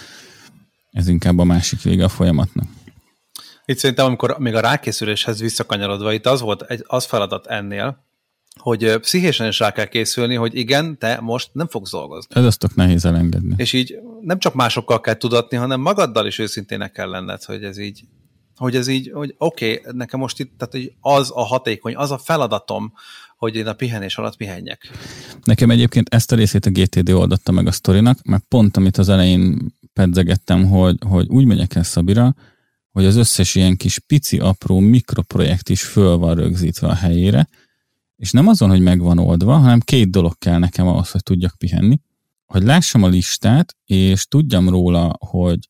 ez inkább a másik vége a folyamatnak. Itt szerintem, amikor még a rákészüléshez visszakanyarodva, itt az volt egy, az feladat ennél, hogy pszichésen is rá kell készülni, hogy igen, te most nem fogsz dolgozni. Ez azt nehéz elengedni. És így nem csak másokkal kell tudatni, hanem magaddal is őszintének kell lenned, hogy ez így, hogy ez így, hogy oké, okay, nekem most itt, tehát hogy az a hatékony, az a feladatom, hogy én a pihenés alatt pihenjek. Nekem egyébként ezt a részét a gé té dé oldotta meg a sztorinak, mert pont amit az elején pedzegettem, hogy, hogy úgy megyek el Szabira, hogy az összes ilyen kis pici, apró mikroprojekt is föl van rögzítve a helyére, és nem azon, hogy meg van oldva, hanem két dolog kell nekem ahhoz, hogy tudjak pihenni, hogy lássam a listát, és tudjam róla, hogy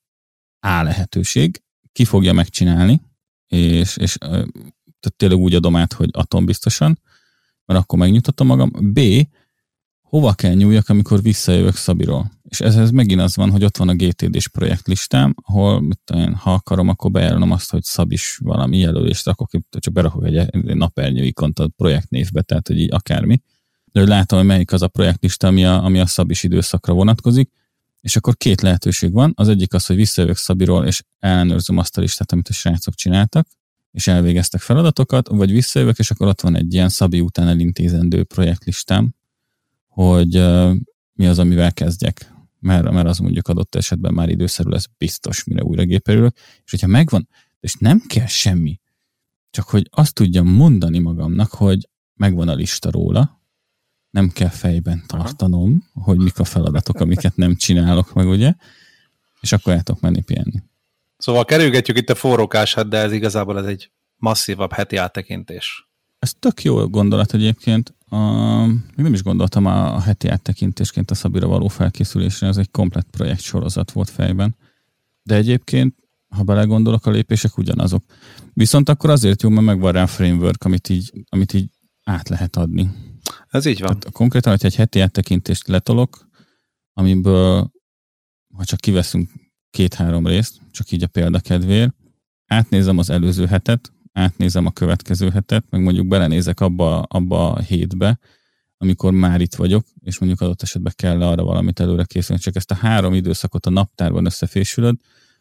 A lehetőség, ki fogja megcsinálni, és, és tehát tényleg úgy adom át, hogy atombiztosan, mert akkor megnyugtatom magam. B, hova kell nyúljak, amikor visszajövök Szabiról. És ez megint az van, hogy ott van a gé té dés projektlistám, ahol mit tudom, ha akarom, akkor bejelölöm azt, hogy Szabis valami jelölést rakok, csak berakok egy, egy napernyő ikont a projektnévbe, tehát hogy így akármi. De hogy látom, hogy melyik az a projektlista, ami a, ami a Szabis időszakra vonatkozik, és akkor két lehetőség van. Az egyik az, hogy visszajövök Szabiról, és ellenőrzöm azt a listát, amit a srácok csináltak, és elvégeztek feladatokat, vagy visszajövök, és akkor ott van egy ilyen Szabi után elintézendő projektlistám, hogy uh, mi az, amivel kezdjek. Mert, mert az mondjuk adott esetben már időszerű lesz biztos, mire újra gépelülök. És hogyha megvan, és nem kell semmi, csak hogy azt tudjam mondani magamnak, hogy megvan a lista róla, nem kell fejben tartanom, aha, hogy mik a feladatok, amiket nem csinálok meg, ugye? És akkor el tudok menni pihenni. Szóval kerülgetjük itt a forrókását, de ez igazából ez egy masszívabb heti áttekintés. Ez tök jó gondolat egyébként. A, még nem is gondoltam a, a heti áttekintésként a Szabira való felkészülésre, ez egy komplett projekt sorozat volt fejben. De egyébként, ha belegondolok, a lépések ugyanazok. Viszont akkor azért jó, mert megvan rá a framework, amit így, amit így át lehet adni. Ez így van. Tehát konkrétan, hogyha egy heti áttekintést letolok, amiből, ha csak kiveszünk két-három részt, csak így a példakedvéért, átnézem az előző hetet, átnézem a következő hetet, meg mondjuk belenézek abba, abba a hétbe, amikor már itt vagyok, és mondjuk adott esetben kell arra valamit előre készülni. Csak ezt a három időszakot a naptárban összefésülöd,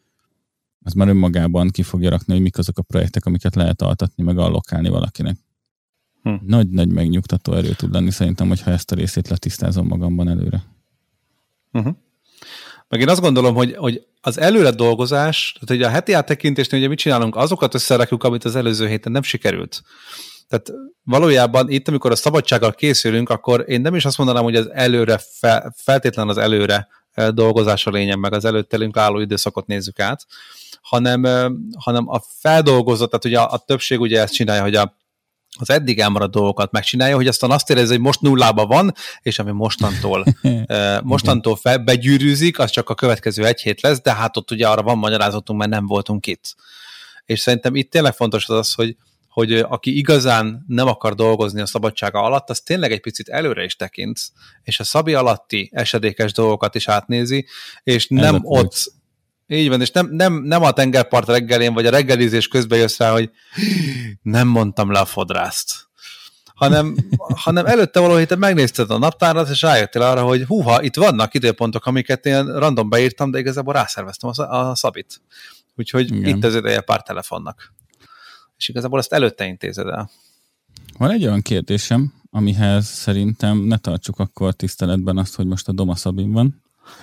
az már önmagában ki fogja rakni, hogy mik azok a projektek, amiket lehet altatni, meg allokálni valakinek. Hm. Nagy-nagy megnyugtató erő tud lenni szerintem, hogyha ezt a részét letisztázom magamban előre. Uh-huh. Meg én azt gondolom, hogy, hogy az előre dolgozás, tehát hogy a heti áttekintésnél ugye mit csinálunk, azokat összerakjuk, amit az előző héten nem sikerült. Tehát valójában itt, amikor a szabadsággal készülünk, akkor én nem is azt mondanám, hogy az előre, fe, feltétlen az előre dolgozás a lényeg, meg az előttelünk álló időszakot nézzük át, hanem, hanem a feldolgozott, tehát ugye a, a többség ugye ezt csinálja, hogy a az eddig elmaradt dolgokat megcsinálja, hogy aztán azt érezi, hogy most nullában van, és ami mostantól, mostantól fel, begyűrűzik, az csak a következő egy hét lesz, de hát ott ugye arra van magyarázatunk, mert nem voltunk itt. És szerintem itt tényleg fontos az, hogy, hogy aki igazán nem akar dolgozni a szabadsága alatt, az tényleg egy picit előre is tekint, és a Szabi alatti esedékes dolgokat is átnézi, és nem Ez ott... Így van, és nem, nem, nem a tengerpart reggelén, vagy a reggelizés közben jössz rá, hogy nem mondtam le a fodrászt. Hanem, hanem előtte való héten megnézted a naptárat, és rájöttél arra, hogy húha, itt vannak időpontok, amiket én random beírtam, de igazából rászerveztem a, a Szabit. Úgyhogy igen, itt az ideje pár telefonnak. És igazából ezt előtte intézed el. Van egy olyan kérdésem, amihez szerintem ne tartsuk akkor tiszteletben azt, hogy most a Doma Szabin van,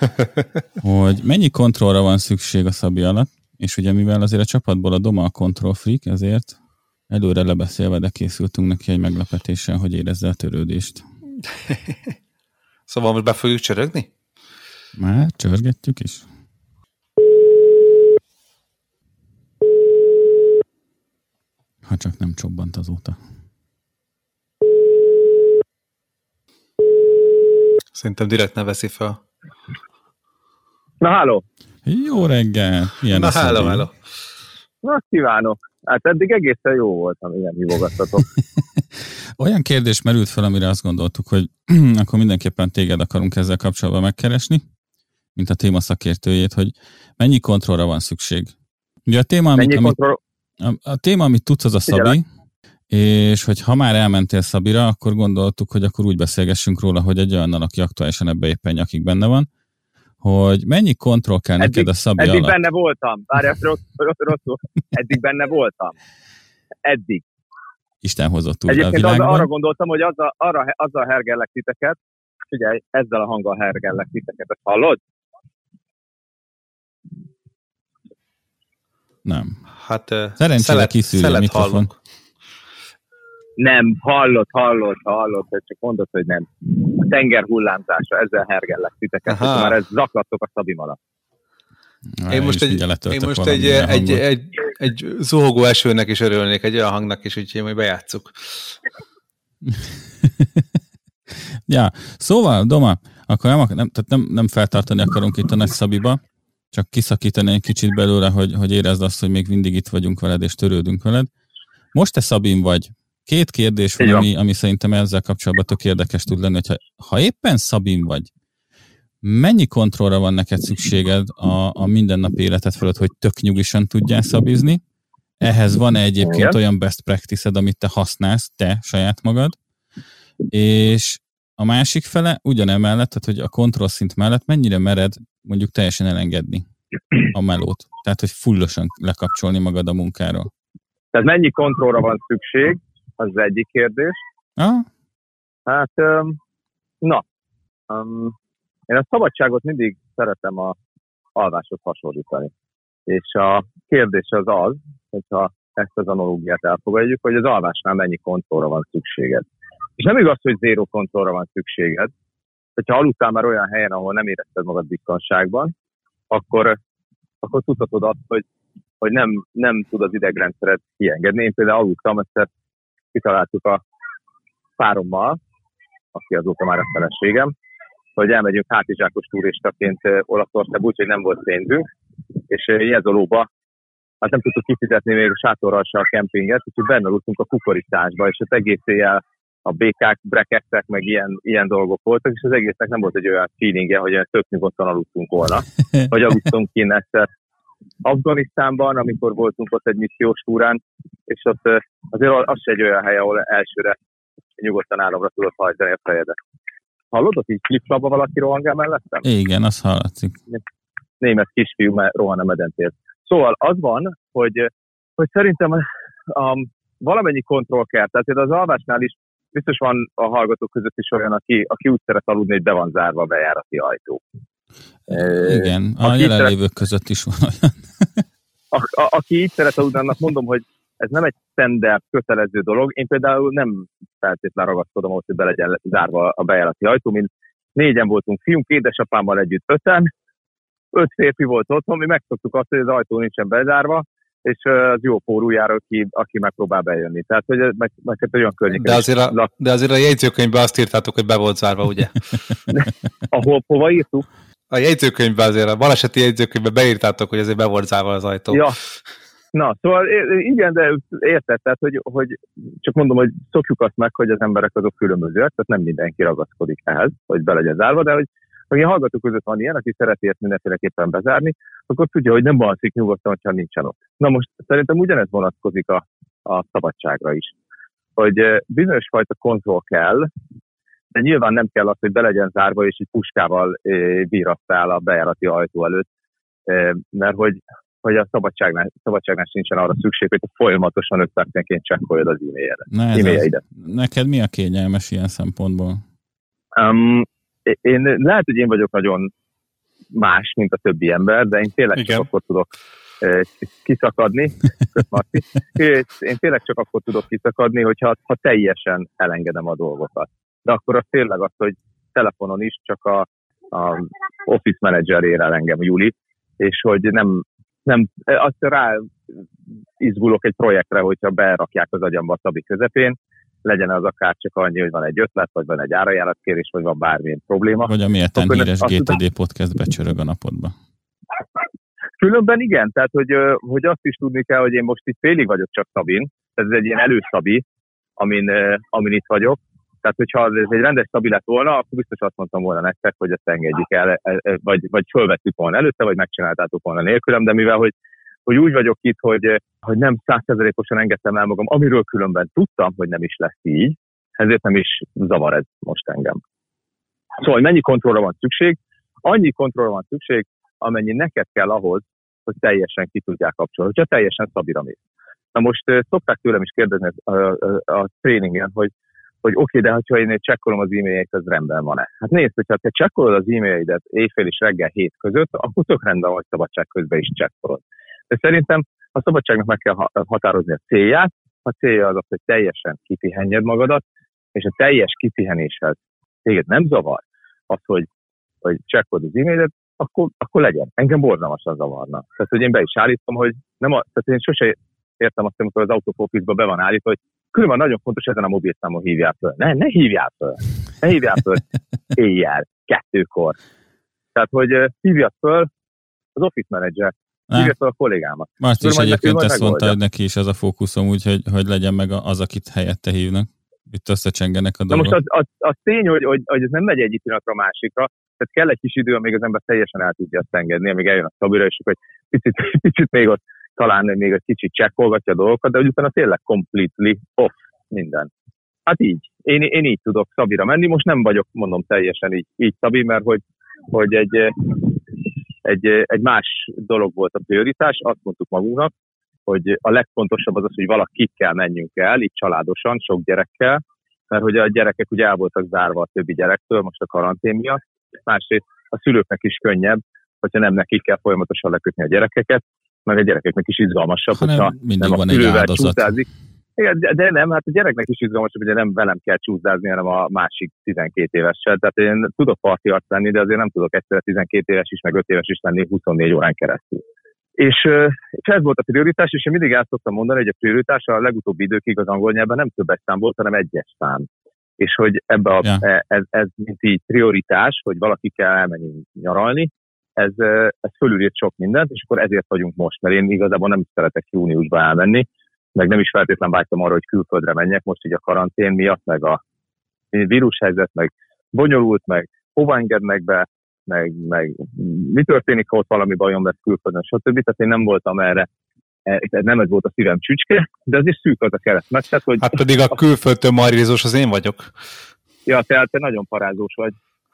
hogy mennyi kontrollra van szükség a Szabi alatt, és ugye mivel azért a csapatból a Doma a control freak, ezért előre lebeszélve, de készültünk neki egy meglepetéssel, hogy érezze a törődést. Szóval most be fogjuk csörögni? Már csörgetjük is. Ha csak nem csobbant azóta. Szerintem direkt ne veszi fel. Na, háló! Jó reggel! Milyen Na, háló, háló! Na, kívánok! Hát eddig egészen jó volt, amilyen hívogattatok. Olyan kérdés merült fel, amire azt gondoltuk, hogy akkor mindenképpen téged akarunk ezzel kapcsolatban megkeresni, mint a téma szakértőjét, hogy mennyi kontrollra van szükség. Ugye a téma, amit, amit, kontroll... a, a téma, amit tudsz, az a Szabi, Figyelek. És hogy ha már elmentél Szabira, akkor gondoltuk, hogy akkor úgy beszélgessünk róla, hogy egy olyannal, aki aktuálisan ebbe éppen nyakig benne van, hogy mennyi kontroll kell eddig, neked a Szabi eddig alatt? Eddig benne voltam. Várjál, rossz, rossz, rosszul. Eddig benne voltam. Eddig. Isten hozott úgy a Egyébként világban. Az, arra gondoltam, hogy azzal, arra, azzal hergellek titeket, figyelj, ezzel a hanggal hergellek titeket, ezt hallod? Nem. Hát szerencsére szelet, kiszűri a mikrofon. Hallunk. Nem, hallod, hallod, hallod, csak mondod, hogy nem. A tenger hullámzása, ezzel hergellek titeket, hogy már ez zaklattok a Szabim alatt. Na, én most, egy, én most egy, egy, egy, egy zuhogó esőnek is örülnék, egy olyan hangnak is, úgyhogy majd bejátsszuk. Ja, szóval, Doma, akkor nem, nem, tehát nem, nem feltartani akarunk itt a Nagy Szabiba, csak kiszakítani egy kicsit belőle, hogy, hogy érezd azt, hogy még mindig itt vagyunk veled, és törődünk veled. Most te Szabin vagy. Két kérdés van, ami, ami szerintem ezzel kapcsolatban tök érdekes tud lenni, hogyha ha éppen Szabin vagy, mennyi kontrollra van neked szükséged a, a mindennapi életed fölött, hogy tök nyugisan tudjál szabizni? Ehhez van-e egyébként Igen. olyan best practice-ed, amit te használsz, te saját magad? És a másik fele ugyanemellett, tehát hogy a kontrollszint mellett mennyire mered mondjuk teljesen elengedni a melót? Tehát, hogy fullosan lekapcsolni magad a munkáról. Tehát mennyi kontrollra van szükség? Az az egyik kérdés. Ah. Hát, na, um, én a szabadságot mindig szeretem a alváshoz hasonlítani. És a kérdés az az, hogyha ezt az analógiát elfogadjuk, hogy az alvásnál mennyi kontrollra van szükséged. És nem igaz, hogy zéró kontrollra van szükséged. Hogyha aludtál már olyan helyen, ahol nem érezted magad biztonságban, akkor, akkor tudhatod azt, hogy, hogy nem, nem tud az idegrendszered kiengedni. Én például aludtam, ezt kitaláltuk a párommal, aki azóta már a feleségem, hogy elmegyünk hátizsákos turistaként Olaszországba, úgyhogy nem volt pénzünk, és Jezolóba, hát nem tudtuk kifizetni még a sátorral se a kempinget, úgyhogy benne aludtunk a kukoricásba, és az egész éjjel a békák, brekettek, meg ilyen, ilyen dolgok voltak, és az egésznek nem volt egy olyan feelingje, hogy olyan tök nyugodtan aludtunk volna. Vagy aludtunk kint egyszer Afganisztánban, amikor voltunk ott egy missziós túrán, és ott azért az se egy olyan hely, ahol elsőre nyugodtan államra tudod hajtani a fejedet. Hallod, ott így flip-flapba valaki rohangál mellettem? Igen, az hallatszik. Német kisfiú rohan a medentért. Szóval az van, hogy, hogy szerintem um, valamennyi kontroll kell. Tehát az alvásnál is biztos van a hallgatók között is olyan, aki, aki úgy szeret aludni, hogy be van zárva a bejárati ajtó. Igen, a jelenlévők szeret... között is van olyan. a, a, aki így szeret aludni, annak mondom, hogy ez nem egy standard, kötelező dolog. Én például nem feltétlenül ragaszkodom ahhoz, hogy be legyen zárva a bejárati ajtó, mint négyen voltunk fiunk, édesapámmal együtt öten, öt férfi volt otthon, mi megszoktuk azt, hogy az ajtó nincsen bezárva, és az jó pórújára, aki, aki megpróbál bejönni. Tehát, hogy meg, meg egy olyan környéken. De azért, a, de azért a jegyzőkönyvben azt írtátok, hogy be volt zárva, ugye? Ahol, hova írtuk? A jegyzőkönyvben azért, a baleseti jegyzőkönyvben beírtátok, hogy azért be volt zárva az ajtó. Ja. Na, szóval igen, de érted, tehát, hogy, hogy csak mondom, hogy szokjuk azt meg, hogy az emberek azok különbözőek, tehát nem mindenki ragaszkodik ehhez, hogy be legyen zárva, de hogy ha a hallgatók között van ilyen, aki szereti ezt mindenféleképpen bezárni, akkor tudja, hogy nem alszik nyugodtan, hogyha nincsen ott. Na most szerintem ugyanez vonatkozik a, a szabadságra is. Hogy bizonyos fajta kontroll kell, de nyilván nem kell az, hogy be legyen zárva, és egy puskával bírasztál a bejárati ajtó előtt, mert hogy, hogy a szabadságnál, szabadságnál sincsen arra szükség, hogy folyamatosan öt percenként csekkoljad az e-mailjeidet. Neked mi a kényelmes ilyen szempontból? Um, Én, lehet, hogy én vagyok nagyon más, mint a többi ember, de én tényleg Igen. csak akkor tudok eh, kiszakadni. Én tényleg csak akkor tudok kiszakadni, hogyha ha teljesen elengedem a dolgokat. De akkor az tényleg az, hogy telefonon is csak a, a office manager ér el engem, Juli, és hogy nem, nem azt rá izgulok egy projektre, hogyha berakják az agyamba a Szabi közepén, legyen az akár csak annyi, hogy van egy ötlet, vagy van egy árajánlatkérés, vagy van bármilyen probléma. Vagy a méltán híres gé té dé podcast becsörög a napodba. Különben igen, tehát hogy, hogy azt is tudni kell, hogy én most itt félig vagyok csak Szabin, tehát ez egy ilyen előszabi, amin, amin itt vagyok. Tehát hogyha ez egy rendes Szabi lett volna, akkor biztos azt mondtam volna nektek, hogy ezt engedjük el, vagy, vagy fölvettük volna előtte, vagy megcsináltátok volna nélkülem, de mivel, hogy hogy úgy vagyok itt, hogy, hogy nem száz százalékosan engedtem el magam, amiről különben tudtam, hogy nem is lesz így, ezért nem is zavar ez most engem. Szóval, hogy mennyi kontrollra van szükség? Annyi kontrollra van szükség, amennyi neked kell ahhoz, hogy teljesen ki tudják kapcsolni, hogyha teljesen Szabira mész. Na most szokták tőlem is kérdezni a, a, a tréningen, hogy, hogy oké, okay, de ha én csekkolom az e-mailjeit, ez rendben van-e? Hát nézd, hogyha te csekkolod az e-mailjeidet éjfél és reggel hét között, akkor tök rendben, hogy szabadság közben is csekkolod. De szerintem a szabadságnak meg kell határozni a célját. A célja az az, hogy teljesen kipihenjed magadat, és a teljes kipihenéshez téged nem zavar az, hogy, hogy csekkolod az e-mailet, akkor, akkor legyen. Engem borzalmasan zavarna. Tehát, hogy én be is állítom, hogy nem a, tehát én sose értem azt, amikor az autofókuszba be van állítva, hogy különben nagyon fontos, ezen a mobilszámon hívjál föl. Ne, ne hívjál föl. Ne hívjál föl éjjel, kettőkor. Tehát, hogy uh, hívjál föl az office manager, hívjál föl a kollégámat. Marci is egyébként ezt mondta, hogy neki is az a fókuszom, úgyhogy hogy legyen meg az, akit helyette hívnak. Itt összecsengenek a dolgok. Na most az, az, az tény, hogy, hogy, hogy ez nem megy egyik pillanatra a másikra, tehát kell egy kis idő, amíg az ember teljesen el tudja ezt engedni, amíg eljön a Szabira, és hogy picit, picit még ott talán még egy kicsit csekkolgatja a dolgokat, de úgy utána tényleg completely off minden. Hát így. Én, én így tudok Szabira menni. Most nem vagyok, mondom, teljesen így, így Szabi, mert hogy, hogy egy, egy, egy más dolog volt a prioritás. Azt mondtuk magunknak, hogy a legfontosabb az az, hogy valakikkel menjünk el, így családosan, sok gyerekkel, mert hogy a gyerekek ugye el voltak zárva a többi gyerektől, most a karantén miatt. Másrészt a szülőknek is könnyebb, hogyha nem nekik kell folyamatosan lekötni a gyerekeket, meg a gyerekeknek is izgalmasabb, hanem hogyha mindig nem van a egy szülővel áldozat. csúszázik. De, de nem, hát a gyereknek is izgalmasabb, hogy nem velem kell csúszdázni, hanem a másik tizenkét évessel. Tehát én tudok parti arc lenni, de azért nem tudok egyszerre tizenkét éves is, meg öt éves is lenni huszonnégy órán keresztül. És, és ez volt a prioritás, és én mindig el szoktam mondani, hogy a prioritás a legutóbbi időkig az angol nyelven nem többes szám volt, hanem egyes szám. És hogy ebbe a, ja. ez, ez mint így prioritás, hogy valaki kell elmenni nyaralni, ez, ez fölülírt sok mindent, és akkor ezért vagyunk most, mert én igazából nem is szeretek júniusba elmenni, meg nem is feltétlenül vágytam arra, hogy külföldre menjek, most így a karantén miatt, meg a vírushelyzet, meg bonyolult, meg hova engednek be, meg, meg mi történik, ha ott valami bajom lesz külföldön, stb. Tehát én nem voltam erre, nem ez volt a szívem csücske, de azért szűk az a keresztmet. Tehát, hogy hát pedig a külföldtől marízós az én vagyok. Ja, te, te nagyon parázós vagy.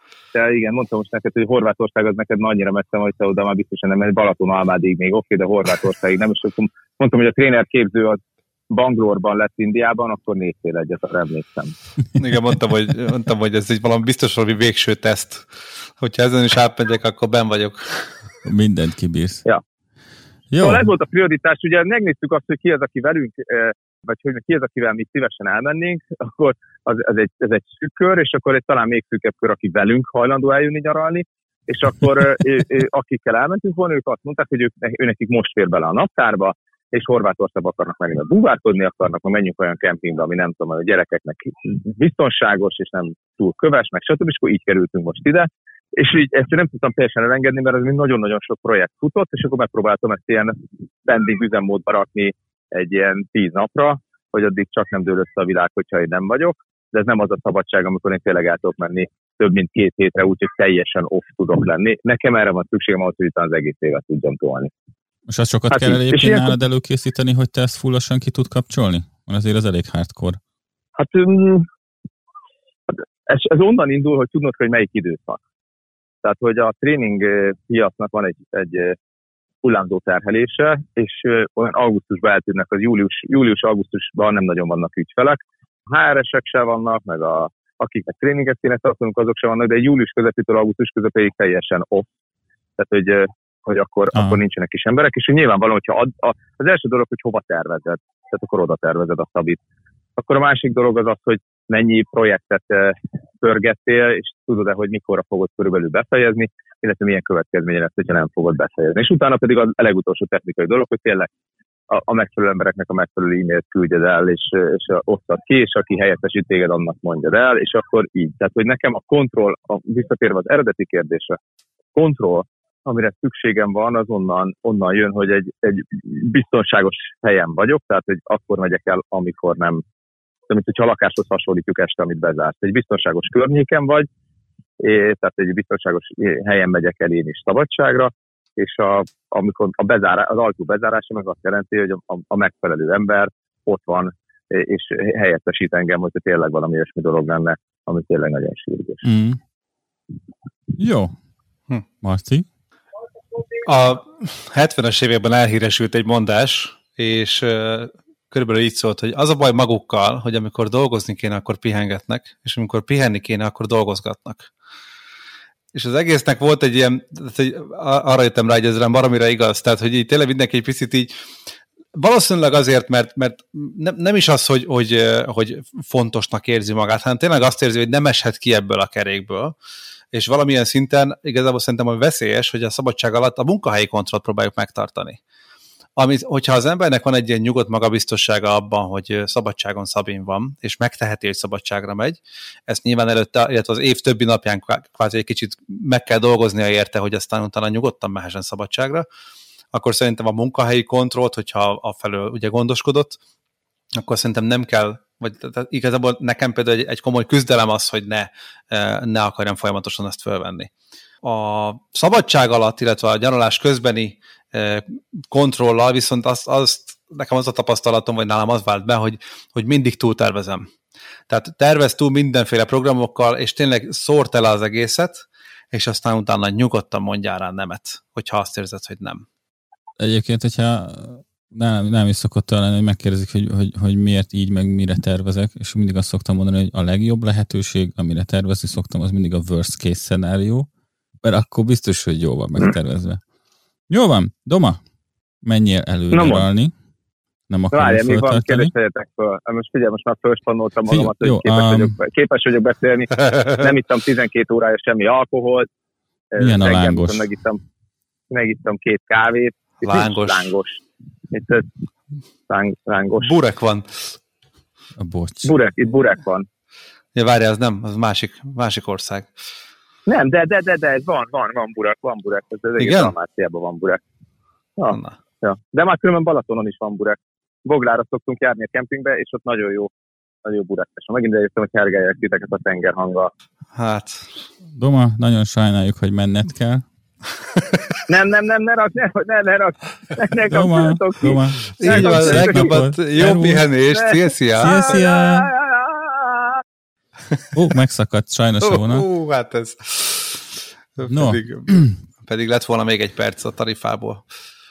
Te igen, mondtam most neked, hogy Horvátország az neked annyira messze, hogy te oda már biztosan nem menj, Balaton-Almádig még oké, de Horvátországig nem. És mondtam, hogy a trénerképző az Bangalore-ban lett Indiában, akkor néztél egyet, arra emlékszem. Igen, mondtam, hogy, mondtam, hogy ez egy valami biztos valami végső teszt. Hogyha ezen is átmegyek, akkor benn vagyok. Mindent kibírsz. Ja. Jó. Szóval ez volt a prioritás, ugye megnéztük azt, hogy ki az, aki velünk, vagy hogy ki az, akivel mi szívesen elmennénk, akkor az, az egy, ez egy szűk kör, és akkor egy talán még szűkebb kör, aki velünk hajlandó eljönni nyaralni, és akkor akikkel elmentünk volna, ők azt mondták, hogy ők, őnekik most fér bele a naptárba, és Horvátországba akarnak menni, mert búvárkodni akarnak, meg menjünk olyan kempingbe, ami nem tudom, a gyerekeknek biztonságos, és nem túl köves, meg stb. És akkor így kerültünk most ide. És így ezt nem tudtam teljesen elengedni, mert az még nagyon-nagyon sok projekt futott, és akkor megpróbáltam ezt ilyen pending üzemmódba rakni egy ilyen tíz napra, hogy addig csak nem dől össze a világ, hogyha én nem vagyok. De ez nem az a szabadság, amikor én tényleg el tudok menni több mint két hétre, úgyhogy teljesen off tudok lenni. Nekem erre van szükségem ahhoz, hogy utána az egész évet tudjam tolni. És azt sokat hát kell egyébként nálad ilyenkor... előkészíteni, hogy te ezt fullosan ki tud kapcsolni? Mert azért az elég hardcore. Hát um, ez, ez onnan indul, hogy tudnod, hogy melyik időszak. Tehát, hogy a tréning piacnak van egy, egy hullámzó terhelése, és olyan augusztusban eltűnnek, az július, július-augusztusban nem nagyon vannak ügyfelek. A há er esek se vannak, meg a, akiknek tréninget kéne tartanunk, azok se vannak, de július közepétől augusztus közepéig teljesen off. Tehát, hogy, hogy akkor, akkor nincsenek is emberek, és nyilvánvalóan, hogyha ad, a, az első dolog, hogy hova tervezed, tehát akkor oda tervezed a Szabit. Akkor a másik dolog az az, hogy mennyi projektet pörgettél, és tudod-e, hogy mikorra fogod körülbelül befejezni, illetve milyen következménye lesz, hogyha nem fogod befejezni. És utána pedig a legutolsó technikai dolog, hogy tényleg a, a megfelelő embereknek a megfelelő e-mailt küldjed el, és, és osztad ki, és aki helyettesít téged, annak mondjad el, és akkor így. Tehát, hogy nekem a kontroll, a, visszatérve az eredeti kérdésre, kontroll, amire szükségem van, az onnan, onnan jön, hogy egy, egy biztonságos helyen vagyok, tehát, hogy akkor megyek el, amikor nem, mint hogyha a lakáshoz hasonlítjuk este, amit bezársz. Egy biztonságos környéken vagy, tehát egy biztonságos helyen megyek el én is szabadságra, és a, amikor a bezárá, az ajtó bezárása meg azt jelenti, hogy a, a megfelelő ember ott van, és helyettesít engem, hogyha tényleg valami olyasmi dolog lenne, ami tényleg nagyon sürgős. Mm. Jó. Hm. Marci? A hetvenes években elhíresült egy mondás, és körülbelül így szólt, hogy az a baj magukkal, hogy amikor dolgozni kéne, akkor pihengetnek, és amikor pihenni kéne, akkor dolgozgatnak. És az egésznek volt egy ilyen, hogy arra jöttem rá, hogy ez rám baromira igaz, tehát hogy így tényleg mindenki egy picit így, valószínűleg azért, mert, mert nem, nem is az, hogy, hogy, hogy fontosnak érzi magát, hanem tényleg azt érzi, hogy nem eshet ki ebből a kerékből, és valamilyen szinten igazából szerintem, hogy veszélyes, hogy a szabadság alatt a munkahelyi kontrollt próbáljuk megtartani. Amit, hogyha az embernek van egy ilyen nyugodt magabiztossága abban, hogy szabadságon Szabin van, és megteheti, hogy szabadságra megy, ezt nyilván előtte, illetve az év többi napján kvázi egy kicsit meg kell dolgoznia érte, hogy aztán utána nyugodtan mehessen szabadságra, akkor szerintem a munkahelyi kontrollt, hogyha afelől ugye gondoskodott, akkor szerintem nem kell, vagy igazából nekem például egy, egy komoly küzdelem az, hogy ne, ne akarjam folyamatosan ezt fölvenni. A szabadság alatt, illetve a nyaralás közbeni kontrollal viszont azt, azt, nekem az a tapasztalatom, vagy nálam az vált be, hogy, hogy mindig túltervezem. Tehát tervez túl mindenféle programokkal, és tényleg szórt el az egészet, és aztán utána nyugodtan mondjál rá nemet, hogyha azt érzed, hogy nem. Egyébként, hogyha nem, nem is szokott lenni, hogy megkérdezik, hogy, hogy, hogy miért így, meg mire tervezek, és mindig azt szoktam mondani, hogy a legjobb lehetőség, amire tervezni szoktam, az mindig a worst case szenárió, mert akkor biztos, hogy jó van megtervezve. Jó van, Doma, menjél előrelni. Nem akarom Várjál, még van, föltartani. kérdeztetek föl. Most figyelj, most már fölspannoltam magamat, Figyelj, hogy jó, képes, um, vagyok, képes vagyok beszélni. Nem ittam tizenkét órája semmi alkoholt. Milyen a Reggel lángos? Megittam, megittam két kávét. Itt Lángos. Lángos. Itt ez láng, lángos. Burek van. A bocs. Burek, itt burek van. Ja, várjál, az nem, az másik, másik ország. Nem, de, de, de, de, ez van, van, van burek, van burek. Ez az egész Dalmáciában van burek. Ja, ja. De már különben Balatonon is van burek. Boglára szoktunk járni a kempingbe, és ott nagyon jó, nagyon jó burek. És megint eljöttem, hogy hergeljek titeket a tengerhanggal. Hát. Doma, nagyon sajnáljuk, hogy menned kell. Nem, nem, nem, ne rak, ne, ne, ne rak, ne, ne Doma, Doma. Így van, legjobbat, jó pihenést, szia, szia! Szia, szia! Ó, megszakadt sajnos a vonat. Ó, hát ez... No. Pedig, pedig lett volna még egy perc a tarifából.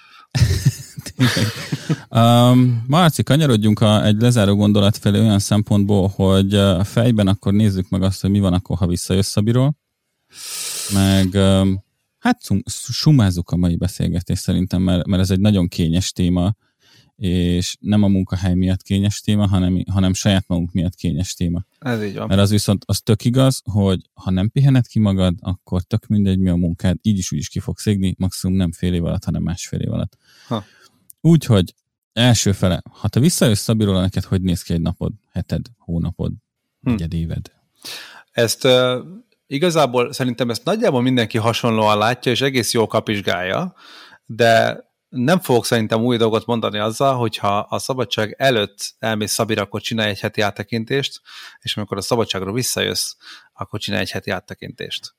um, Marci, kanyarodjunk a, egy lezáró gondolat felé olyan szempontból, hogy a fejben akkor nézzük meg azt, hogy mi van akkor, ha visszajössz Szabiról. Meg um, hát sumázzuk a mai beszélgetést szerintem, mert, mert ez egy nagyon kényes téma, és nem a munkahely miatt kényes téma, hanem, hanem saját magunk miatt kényes téma. Ez így van. Mert az viszont az tök igaz, hogy ha nem pihened ki magad, akkor tök mindegy, mi a munkád, így is úgy is ki fogsz égni, maximum nem fél év alatt, hanem másfél év alatt. Úgyhogy első fele, ha te visszajössz Szabiról, neked hogy néz ki egy napod, heted, hónapod, negyed éved? Ezt uh, igazából szerintem ezt nagyjából mindenki hasonlóan látja, és egész jól kapizsgálja, de nem fogok szerintem új dolgot mondani azzal, hogyha a szabadság előtt elmész Szabira, akkor csinálj egy heti áttekintést, és amikor a szabadságról visszajössz, akkor csinálj egy heti áttekintést.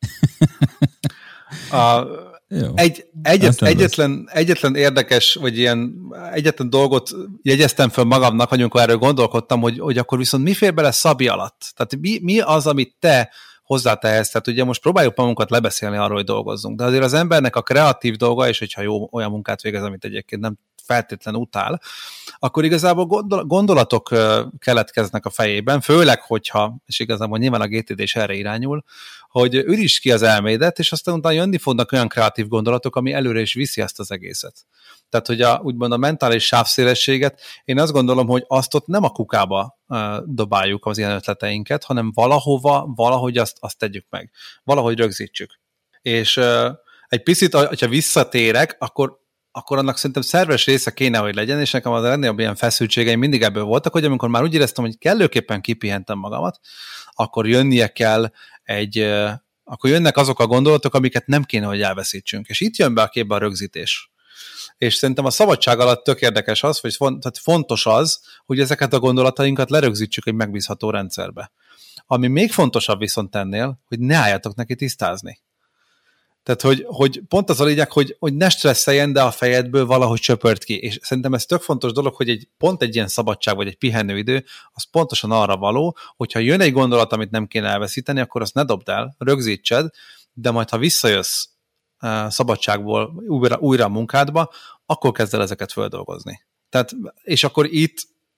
A, egy, egyet, egyetlen, egyetlen érdekes, vagy ilyen egyetlen dolgot jegyeztem föl magamnak, hogy amikor erről gondolkodtam, hogy, hogy akkor viszont mi fér bele Szabi alatt? Tehát mi, mi az, amit te hozzátehetsz? Tehát ugye most próbáljuk magunkat lebeszélni arról, hogy dolgozzunk, de azért az embernek a kreatív dolga, és hogyha jó olyan munkát végez, amit egyébként nem feltétlen utál, akkor igazából gondol, gondolatok keletkeznek a fejében, főleg, hogyha, és igazából nyilván a gé té dé is erre irányul, hogy ürítsd ki az elmédet, és aztán utána jönni fognak olyan kreatív gondolatok, ami előre is viszi ezt az egészet. Tehát, hogy a, úgymond a mentális sávszélességet, én azt gondolom, hogy azt ott nem a kukába uh, dobáljuk az ilyen ötleteinket, hanem valahova, valahogy azt, azt tegyük meg. Valahogy rögzítsük. És uh, egy picit, hogyha visszatérek, akkor akkor annak szerintem szerves része kéne, hogy legyen, és nekem az ennél ilyen feszültségeim mindig ebből voltak, hogy amikor már úgy éreztem, hogy kellőképpen kipihentem magamat, akkor jönnie kell egy, akkor jönnek azok a gondolatok, amiket nem kéne, hogy elveszítsünk. És itt jön be a képbe a rögzítés. És szerintem a szabadság alatt tök érdekes az, hogy fontos az, hogy ezeket a gondolatainkat lerögzítsük egy megbízható rendszerbe. Ami még fontosabb viszont ennél, hogy ne álljatok neki tisztázni. Tehát, hogy, hogy pont az a lényeg, hogy, hogy ne stresszeljen, de a fejedből valahogy csöpört ki. És szerintem ez tök fontos dolog, hogy egy, pont egy ilyen szabadság, vagy egy pihenőidő, az pontosan arra való, hogyha jön egy gondolat, amit nem kéne elveszíteni, akkor azt ne dobd el, rögzítsed, de majd, ha visszajössz uh, szabadságból újra, újra a munkádba, akkor kezd el ezeket földolgozni. Tehát, és akkor itt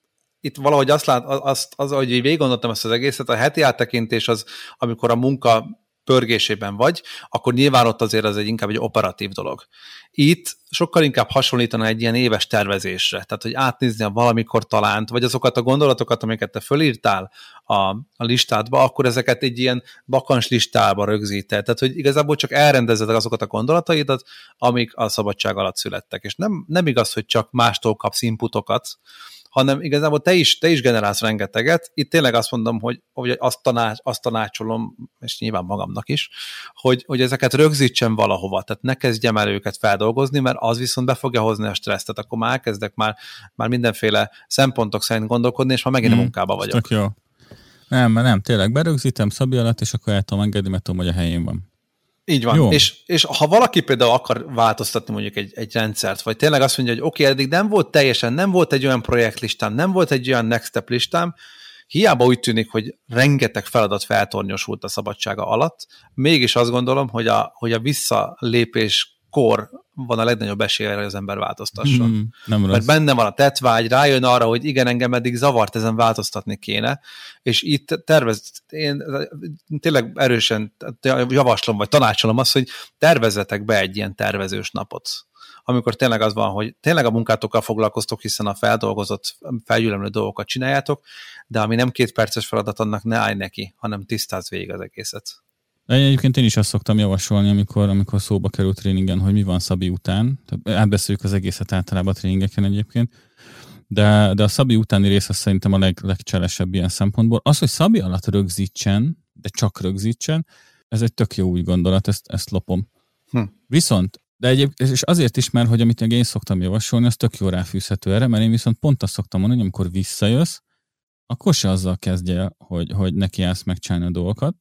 itt valahogy azt lát, azt, az, ahogy végig gondoltam ezt az egészet, a heti áttekintés az, amikor a munka pörgésében vagy, akkor nyilván ott azért az egy inkább egy operatív dolog. Itt sokkal inkább hasonlítana egy ilyen éves tervezésre, tehát hogy átnézni a valamikor talánt, vagy azokat a gondolatokat, amiket te fölírtál a, a listádba, akkor ezeket egy ilyen vakans listába rögzíted, tehát hogy igazából csak elrendezed azokat a gondolataidat, amik a szabadság alatt születtek. És nem, nem igaz, hogy csak mástól kapsz inputokat, hanem igazából te is, te is generálsz rengeteget. Itt tényleg azt mondom, hogy, hogy azt, tanács, azt tanácsolom, és nyilván magamnak is, hogy, hogy ezeket rögzítsen valahova, tehát ne kezdjem el őket feldolgozni, mert az viszont be fogja hozni a stresszt, tehát akkor már elkezdek már, már mindenféle szempontok szerint gondolkodni, és már megint hmm, a munkába vagyok. Tök jó. Nem, nem, tényleg berögzítem Szabi alatt, és akkor el tudom engedni, mert tudom, hogy a helyén van. Így van. És, és ha valaki például akar változtatni mondjuk egy, egy rendszert, vagy tényleg azt mondja, hogy oké, okay, eddig nem volt teljesen, nem volt egy olyan projektlistám, nem volt egy olyan next step listám, hiába úgy tűnik, hogy rengeteg feladat feltornyosult a szabadsága alatt, mégis azt gondolom, hogy a, hogy a visszalépéskor van a legnagyobb esélye, hogy az ember változtasson. Mm, nem Mert rossz. Benne van a tettvágy, rájön arra, hogy igen, engem eddig zavart, ezen változtatni kéne, és itt tervez, én tényleg erősen javaslom, vagy tanácsolom azt, hogy tervezzetek be egy ilyen tervezős napot, amikor tényleg az van, hogy tényleg a munkátokkal foglalkoztok, hiszen a feldolgozott, felgyűlömlő dolgokat csináljátok, de ami nem két perces feladat, annak ne állj neki, hanem tisztázd végig az egészet. De egyébként én is azt szoktam javasolni, amikor, amikor szóba került tréningen, hogy mi van Szabi után. Tehát átbeszéljük az egészet általában a tréningeken egyébként. De, de a Szabi utáni rész az szerintem a leg, legcselesebb ilyen szempontból. Az, hogy Szabi alatt rögzítsen, de csak rögzítsen, ez egy tök jó új gondolat, ezt, ezt lopom. Hm. Viszont, de egyébként, és azért is, mert hogy amit én szoktam javasolni, az tök jó ráfűzhető erre, mert én viszont pont azt szoktam mondani, hogy amikor visszajössz, akkor se azzal kezdje, hogy, hogy nekiállsz megcsinálni a dolgokat,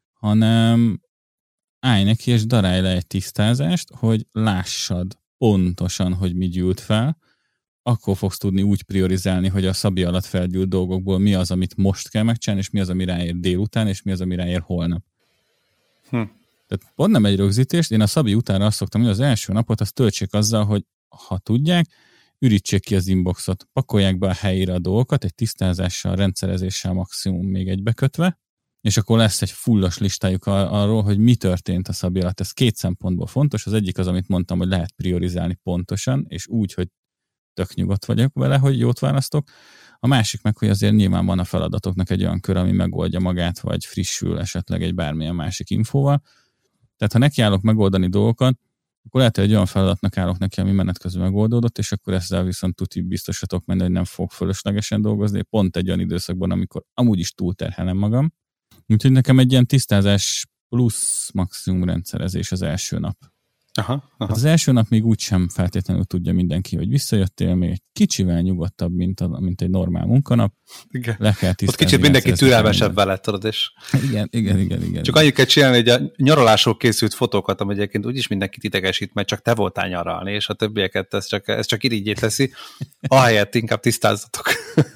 hanem állj neki és darálj le egy tisztázást, hogy lássad pontosan, hogy mi gyűlt fel, akkor fogsz tudni úgy priorizálni, hogy a Szabi alatt felgyűlt dolgokból mi az, amit most kell megcsinálni, és mi az, ami ráér délután, és mi az, ami ráér holnap. Hm. Tehát pont nem egy rögzítést, én a Szabi utára azt szoktam, hogy az első napot azt töltsék azzal, hogy ha tudják, ürítsék ki az inboxot, pakolják be a helyére a dolgokat, egy tisztázással, rendszerezéssel maximum még egybekötve, és akkor lesz egy fullos listájuk arról, hogy mi történt a Szabi alatt. Ez két szempontból fontos. Az egyik az, amit mondtam, hogy lehet priorizálni pontosan, és úgy, hogy tök nyugodt vagyok vele, hogy jót választok. A másik meg, hogy azért nyilván van a feladatoknak egy olyan kör, ami megoldja magát, vagy frissül esetleg egy bármilyen másik infóval. Tehát ha nekiállok megoldani dolgokat, akkor lehet, hogy egy olyan feladatnak állok neki, ami menet közben megoldódott, és akkor ezzel viszont tuti biztosatok menni, hogy nem fog fölöslegesen dolgozni, pont egy olyan időszakban, amikor amúgy is túlterhelem magam. Úgyhogy nekem egy ilyen tisztázás plusz maximum rendszerezés az első nap. Aha, aha. Hát az első nap még úgysem feltétlenül tudja mindenki, hogy visszajöttél, még egy kicsivel nyugodtabb, mint, a, mint egy normál munkanap. Igen. Le kell tisztázni. Ott kicsit mindenki türelmesebb vele, tudod, és... Igen, igen, igen, igen. Csak annyit kell csinálni, hogy a nyaralásról készült fotókat, ami egyébként úgyis mindenkit idegesít, mert csak te voltál nyaralni, és a többieket ez csak, ez csak irigyét teszi. Ahelyett inkább tisztázzatok.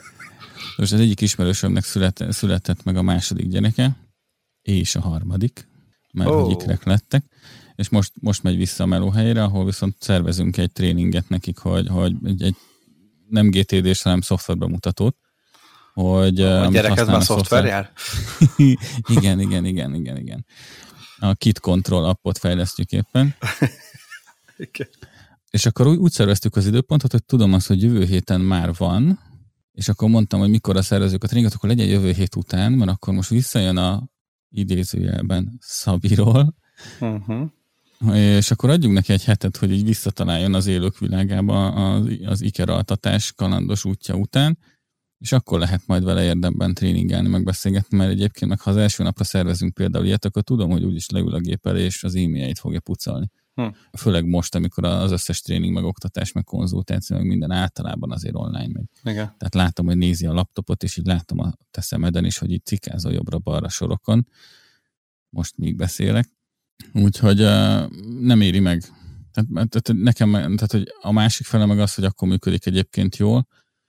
Most az egyik ismerősömnek született, született meg a második gyereke, és a harmadik, mert oh. hogy ikrek lettek, és most, most megy vissza a melóhelyére, ahol viszont szervezünk egy tréninget nekik, hogy, hogy egy, egy nem gé té dés, hanem szoftverbemutatót. Hogy, a gyerek ez már szoftver jár? igen, igen, igen, igen, igen. A Kit Control appot fejlesztjük éppen. Okay. És akkor úgy, úgy szerveztük az időpontot, hogy tudom azt, hogy jövő héten már van, és akkor mondtam, hogy mikor a szervezők a tréninget, akkor legyen jövő hét után, mert akkor most visszajön a idézőjelben Szabiról, uh-huh. és akkor adjunk neki egy hetet, hogy így visszataláljon az élők világába az, az ikeraltatás kalandos útja után, és akkor lehet majd vele érdemben tréningelni, megbeszélgetni, mert egyébként meg ha az első napra szervezünk például ilyet, akkor tudom, hogy úgyis leül a gép elé, és az e-mailjeit fogja pucolni. Hm. Főleg most, amikor az összes tréning, meg oktatás, meg konzultáció, meg minden általában azért online megy. Igen. Tehát látom, hogy nézi a laptopot, és így látom a te szemeden is, hogy így cikázol jobbra-balra sorokon. Most még beszélek. Úgyhogy uh, nem éri meg. Tehát, tehát nekem, tehát, hogy a másik fele meg az, hogy akkor működik egyébként jól,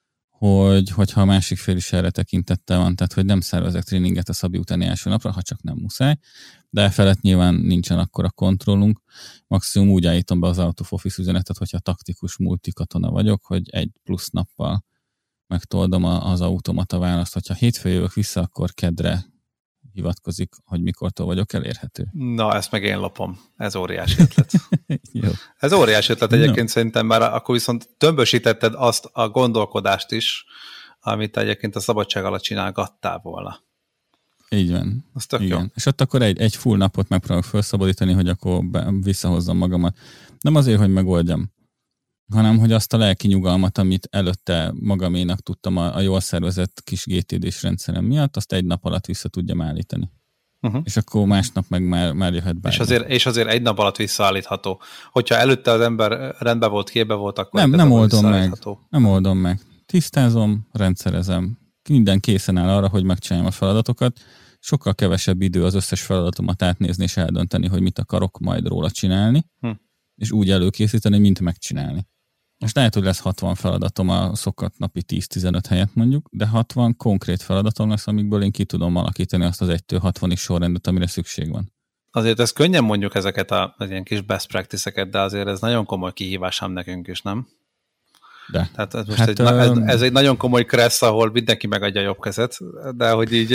hogy, hogyha a másik fél is erre tekintettel van, tehát hogy nem szervezek tréninget a Szabi utáni első napra, ha csak nem muszáj, de e felett nyilván nincsen akkora kontrollunk. Maximum úgy állítom be az out of office üzenetet, hogyha taktikus multikatona vagyok, hogy egy plusz nappal megtoldom az automata választ, hogyha hétfőn jövök vissza, akkor kedre hivatkozik, hogy mikortól vagyok elérhető. Na, ezt meg én lopom. Ez óriási ötlet. Jó. Ez óriási ötlet egyébként no. Szerintem, már akkor viszont tömbösítetted azt a gondolkodást is, amit egyébként a szabadság alatt csinálgattál volna. Így van. Az tök Igen. jó. És ott akkor egy, egy full napot megpróbálok felszabadítani, hogy akkor be, visszahozzam magamat. Nem azért, hogy megoldjam, hanem hogy azt a lelki nyugalmat, amit előtte magaménak tudtam a, a jól szervezett kis gé té dés rendszerem miatt, azt egy nap alatt vissza tudjam állítani. Uh-huh. És akkor másnap meg már, már jöhet be. És azért, és azért egy nap alatt visszaállítható. Hogyha előtte az ember rendben volt, képbe volt, akkor nem, nem oldom meg. Nem oldom meg. Tisztázom, rendszerezem. Minden készen áll arra, hogy megcsináljam a feladatokat. Sokkal kevesebb idő az összes feladatomat átnézni és eldönteni, hogy mit akarok majd róla csinálni, hm. és úgy előkészíteni, mint megcsinálni. Most lehet, hogy lesz hatvan feladatom a szokott napi tíz-tizenöt helyet mondjuk, de hatvan konkrét feladatom lesz, amikből én ki tudom alakítani azt az egytől hatvanig sorrendet, amire szükség van. Azért ez könnyen mondjuk ezeket a az ilyen kis best practice-eket, de azért ez nagyon komoly kihívás ám nekünk is, nem? De. Tehát ez, most hát, egy, ez, ez egy nagyon komoly kressz, ahol mindenki megadja a jobb kezet, de hogy így...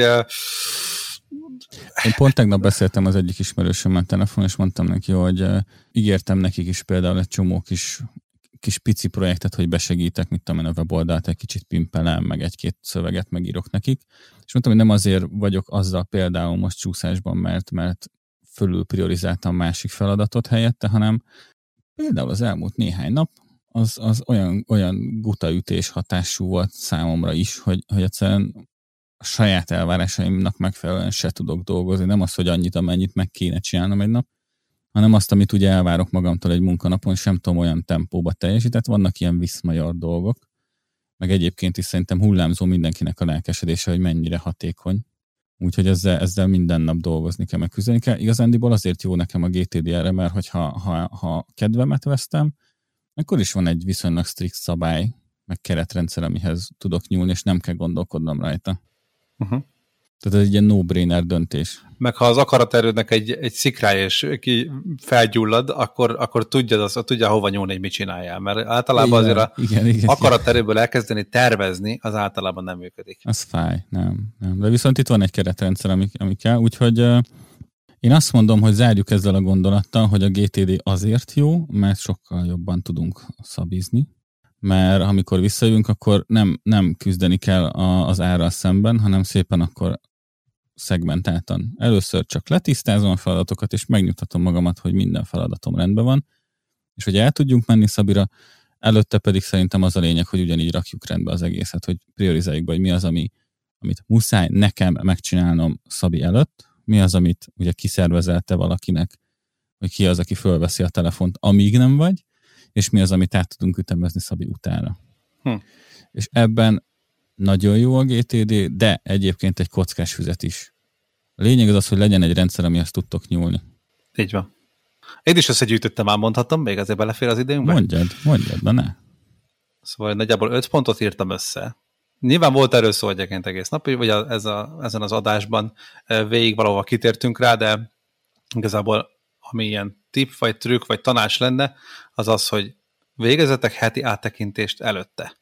Én pont tegnap beszéltem az egyik ismerősömmel telefonon, és mondtam neki, hogy ígértem nekik is például egy csomó kis, kis pici projektet, hogy besegítek, mit tudom én, a weboldalt egy kicsit pimpelem, meg egy-két szöveget megírok nekik. És mondtam, hogy nem azért vagyok azzal például most csúszásban, mert, mert fölül priorizáltam másik feladatot helyette, hanem például az elmúlt néhány nap az, az olyan, olyan gutaütés hatású volt számomra is, hogy, hogy egyszerűen a saját elvárásaimnak megfelelően se tudok dolgozni. Nem az, hogy annyit, amennyit meg kéne csinálnom egy nap, hanem azt, amit ugye elvárok magamtól egy munkanapon, sem tudom olyan tempóba teljesített. Vannak ilyen viszmajor dolgok, meg egyébként is szerintem hullámzó mindenkinek a lelkesedése, hogy mennyire hatékony. Úgyhogy ezzel, ezzel minden nap dolgozni kell, meg küzdeni kell. Igazándiból azért jó nekem a gé té dé erre, mert hogyha ha, ha kedvemet vesztem, akkor is van egy viszonylag strikt szabály, meg keretrendszer, amihez tudok nyúlni, és nem kell gondolkodnom rajta. Uh-huh. Tehát ez egy ilyen no-brainer döntés. Meg ha az akaraterődnek egy, egy szikrája, és ki felgyullad, akkor, akkor tudja, az, tudja, hova nyúlni, hogy mit csináljál. Mert általában igen, azért a igen, igen, akaraterőből elkezdeni tervezni, az általában nem működik. Az fáj, nem, nem. De viszont itt van egy keretrendszer, ami, ami kell, úgyhogy uh, én azt mondom, hogy zárjuk ezzel a gondolattal, hogy a gé té dé azért jó, mert sokkal jobban tudunk szabizni, mert amikor visszajövünk, akkor nem, nem küzdeni kell a, az árral szemben, hanem szépen akkor szegmentáltan. Először csak letisztázom a feladatokat, és megnyugtatom magamat, hogy minden feladatom rendben van, és hogy el tudjunk menni Szabira, előtte pedig szerintem az a lényeg, hogy ugyanígy rakjuk rendbe az egészet, hogy priorizáljuk be, hogy mi az, ami, amit muszáj nekem megcsinálnom Szabi előtt, mi az, amit ugye kiszervezelte valakinek, hogy ki az, aki fölveszi a telefont, amíg nem vagy, és mi az, amit át tudunk ütemezni Szabi utána. Hm. És ebben nagyon jó a gé té dé, de egyébként egy kockás füzet is. A lényeg az az, hogy legyen egy rendszer, amihez tudtok nyúlni. Így van. Én is összegyűjtöttem, már mondhatom, még azért belefér az időnkbe. Mondjad, mondjad, de ne. Szóval nagyjából öt pontot írtam össze. Nyilván volt erről szó egyébként egész nap, vagy a, ez a, ezen az adásban végig valahol kitértünk rá, de igazából ami ilyen tipp, vagy trükk, vagy tanács lenne, az az, hogy végezzetek heti áttekintést előtte.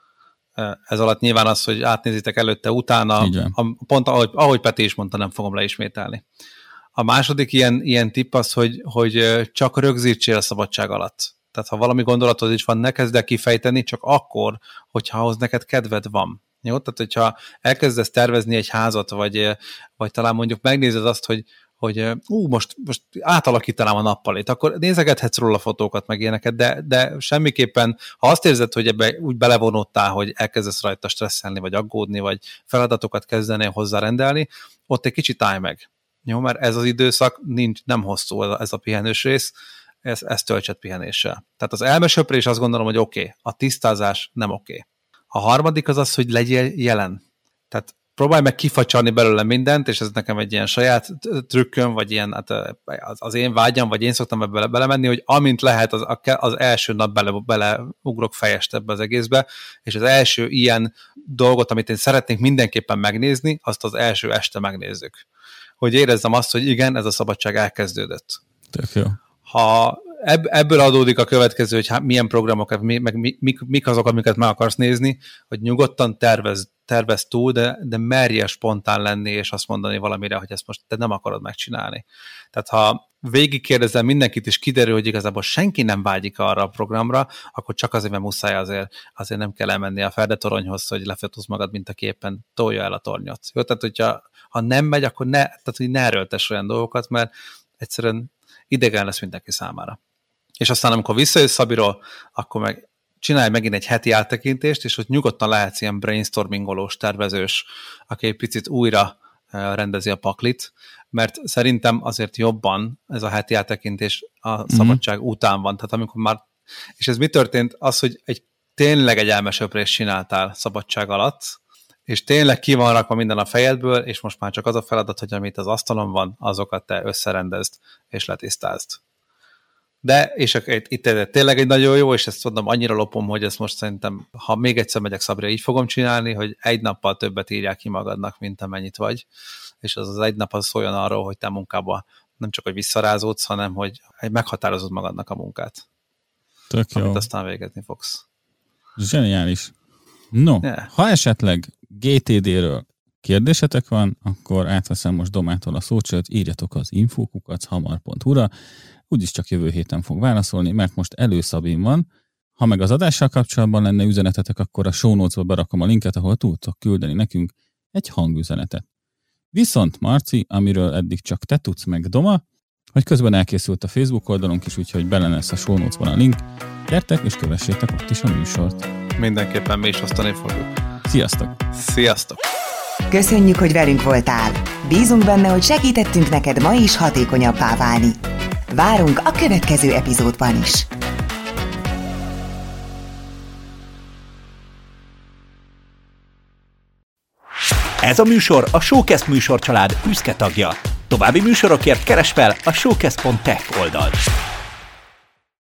Ez alatt nyilván az, hogy átnézitek előtte, utána, a, pont ahogy, ahogy Peti is mondta, nem fogom leismételni. A második ilyen, ilyen tipp az, hogy, hogy csak rögzítsél a szabadság alatt. Tehát ha valami gondolatod is van, ne kezd el kifejteni, csak akkor, hogyha ahhoz neked kedved van. Jó? Tehát, hogyha elkezdesz tervezni egy házat, vagy, vagy talán mondjuk megnézed azt, hogy hogy ú, most, most átalakítanám a nappalét, akkor nézegethetsz róla fotókat, meg ilyeneket, de, de semmiképpen, ha azt érzed, hogy ebbe úgy belevonódtál, hogy elkezdesz rajta stresszelni, vagy aggódni, vagy feladatokat kezdenél hozzárendelni, ott egy kicsit állj meg. Jó, mert ez az időszak nincs, nem hosszú ez a pihenős rész, ez, ez töltsed pihenéssel. Tehát az elmesöprés azt gondolom, hogy oké, okay. A tisztázás nem oké. Okay. A harmadik az az, hogy legyél jelen. Tehát próbálj meg kifacsarni belőle mindent, és ez nekem egy ilyen saját trükköm, vagy ilyen, hát az én vágyam, vagy én szoktam ebbe belemenni, hogy amint lehet, az, az első nap bele, beleugrok fejest ebbe az egészbe, és az első ilyen dolgot, amit én szeretnék mindenképpen megnézni, azt az első este megnézzük. Hogy érezzem azt, hogy igen, ez a szabadság elkezdődött. Tök jó. Ha ebből adódik a következő, hogy milyen programokat, meg mik, mik azok, amiket meg akarsz nézni, hogy nyugodtan tervez, tervez túl, de, de merje spontán lenni, és azt mondani valamire, hogy ezt most te nem akarod megcsinálni. Tehát ha végigkérdezel mindenkit, és kiderül, hogy igazából senki nem vágyik arra a programra, akkor csak azért, mert muszáj azért, azért nem kell elmenni a Ferdetoronyhoz, hogy lefotózz magad, mint aki éppen tolja el a tornyot. Jó? Tehát, hogyha ha nem megy, akkor ne, tehát, hogy ne erőltess olyan dolgokat, mert egyszerűen idegen lesz mindenki számára. És aztán, amikor visszajössz Szabiról, akkor meg csinálj megint egy heti áttekintést, és ott nyugodtan lehetsz ilyen brainstormingolós, tervezős, aki egy picit újra rendezi a paklit, mert szerintem azért jobban ez a heti áttekintés a mm-hmm. szabadság után van. Tehát amikor már, és ez mi történt? Az, hogy egy tényleg egy elmesöprést csináltál szabadság alatt, és tényleg ki van rakva minden a fejedből, és most már csak az a feladat, hogy amit az asztalon van, azokat te összerendezd, és letisztázd. De, és itt tényleg egy nagyon jó, és ezt mondom, annyira lopom, hogy ezt most szerintem, ha még egyszer megyek Szabira, így fogom csinálni, hogy egy nappal többet írják ki magadnak, mint amennyit vagy, és az az egy nap az szóljon arról, hogy te munkában nem csak, hogy visszarázódsz, hanem, hogy meghatározod magadnak a munkát. Tök jó. Amit aztán végezni fogsz. Zseniális. No, yeah. Ha esetleg gé té dé-ről kérdésetek van, akkor átveszem most Domától a szócsöt, írjatok az infókukat hamar pont hu-ra, úgyis csak jövő héten fog válaszolni, mert most előszabin van. Ha meg az adással kapcsolatban lenne üzenetetek, akkor a show notes-ba berakom a linket, ahol tudtok küldeni nekünk egy hangüzenetet. Viszont Marci, amiről eddig csak te tudsz meg Doma, hogy közben elkészült a Facebook oldalunk is, úgyhogy bele lesz a show notes-ban a link. Gyertek és kövessétek ott is a műsort. Mindenképpen mi is osztani fogjuk. Sziasztok! Sziasztok! Köszönjük, hogy velünk voltál! Bízunk benne, hogy segítettünk neked ma is hatékonyabbá válni. Várunk a következő epizódban is! Ez a műsor a Showcast műsorcsalád büszke tagja. További műsorokért keresd fel a showcast pont tech oldalt.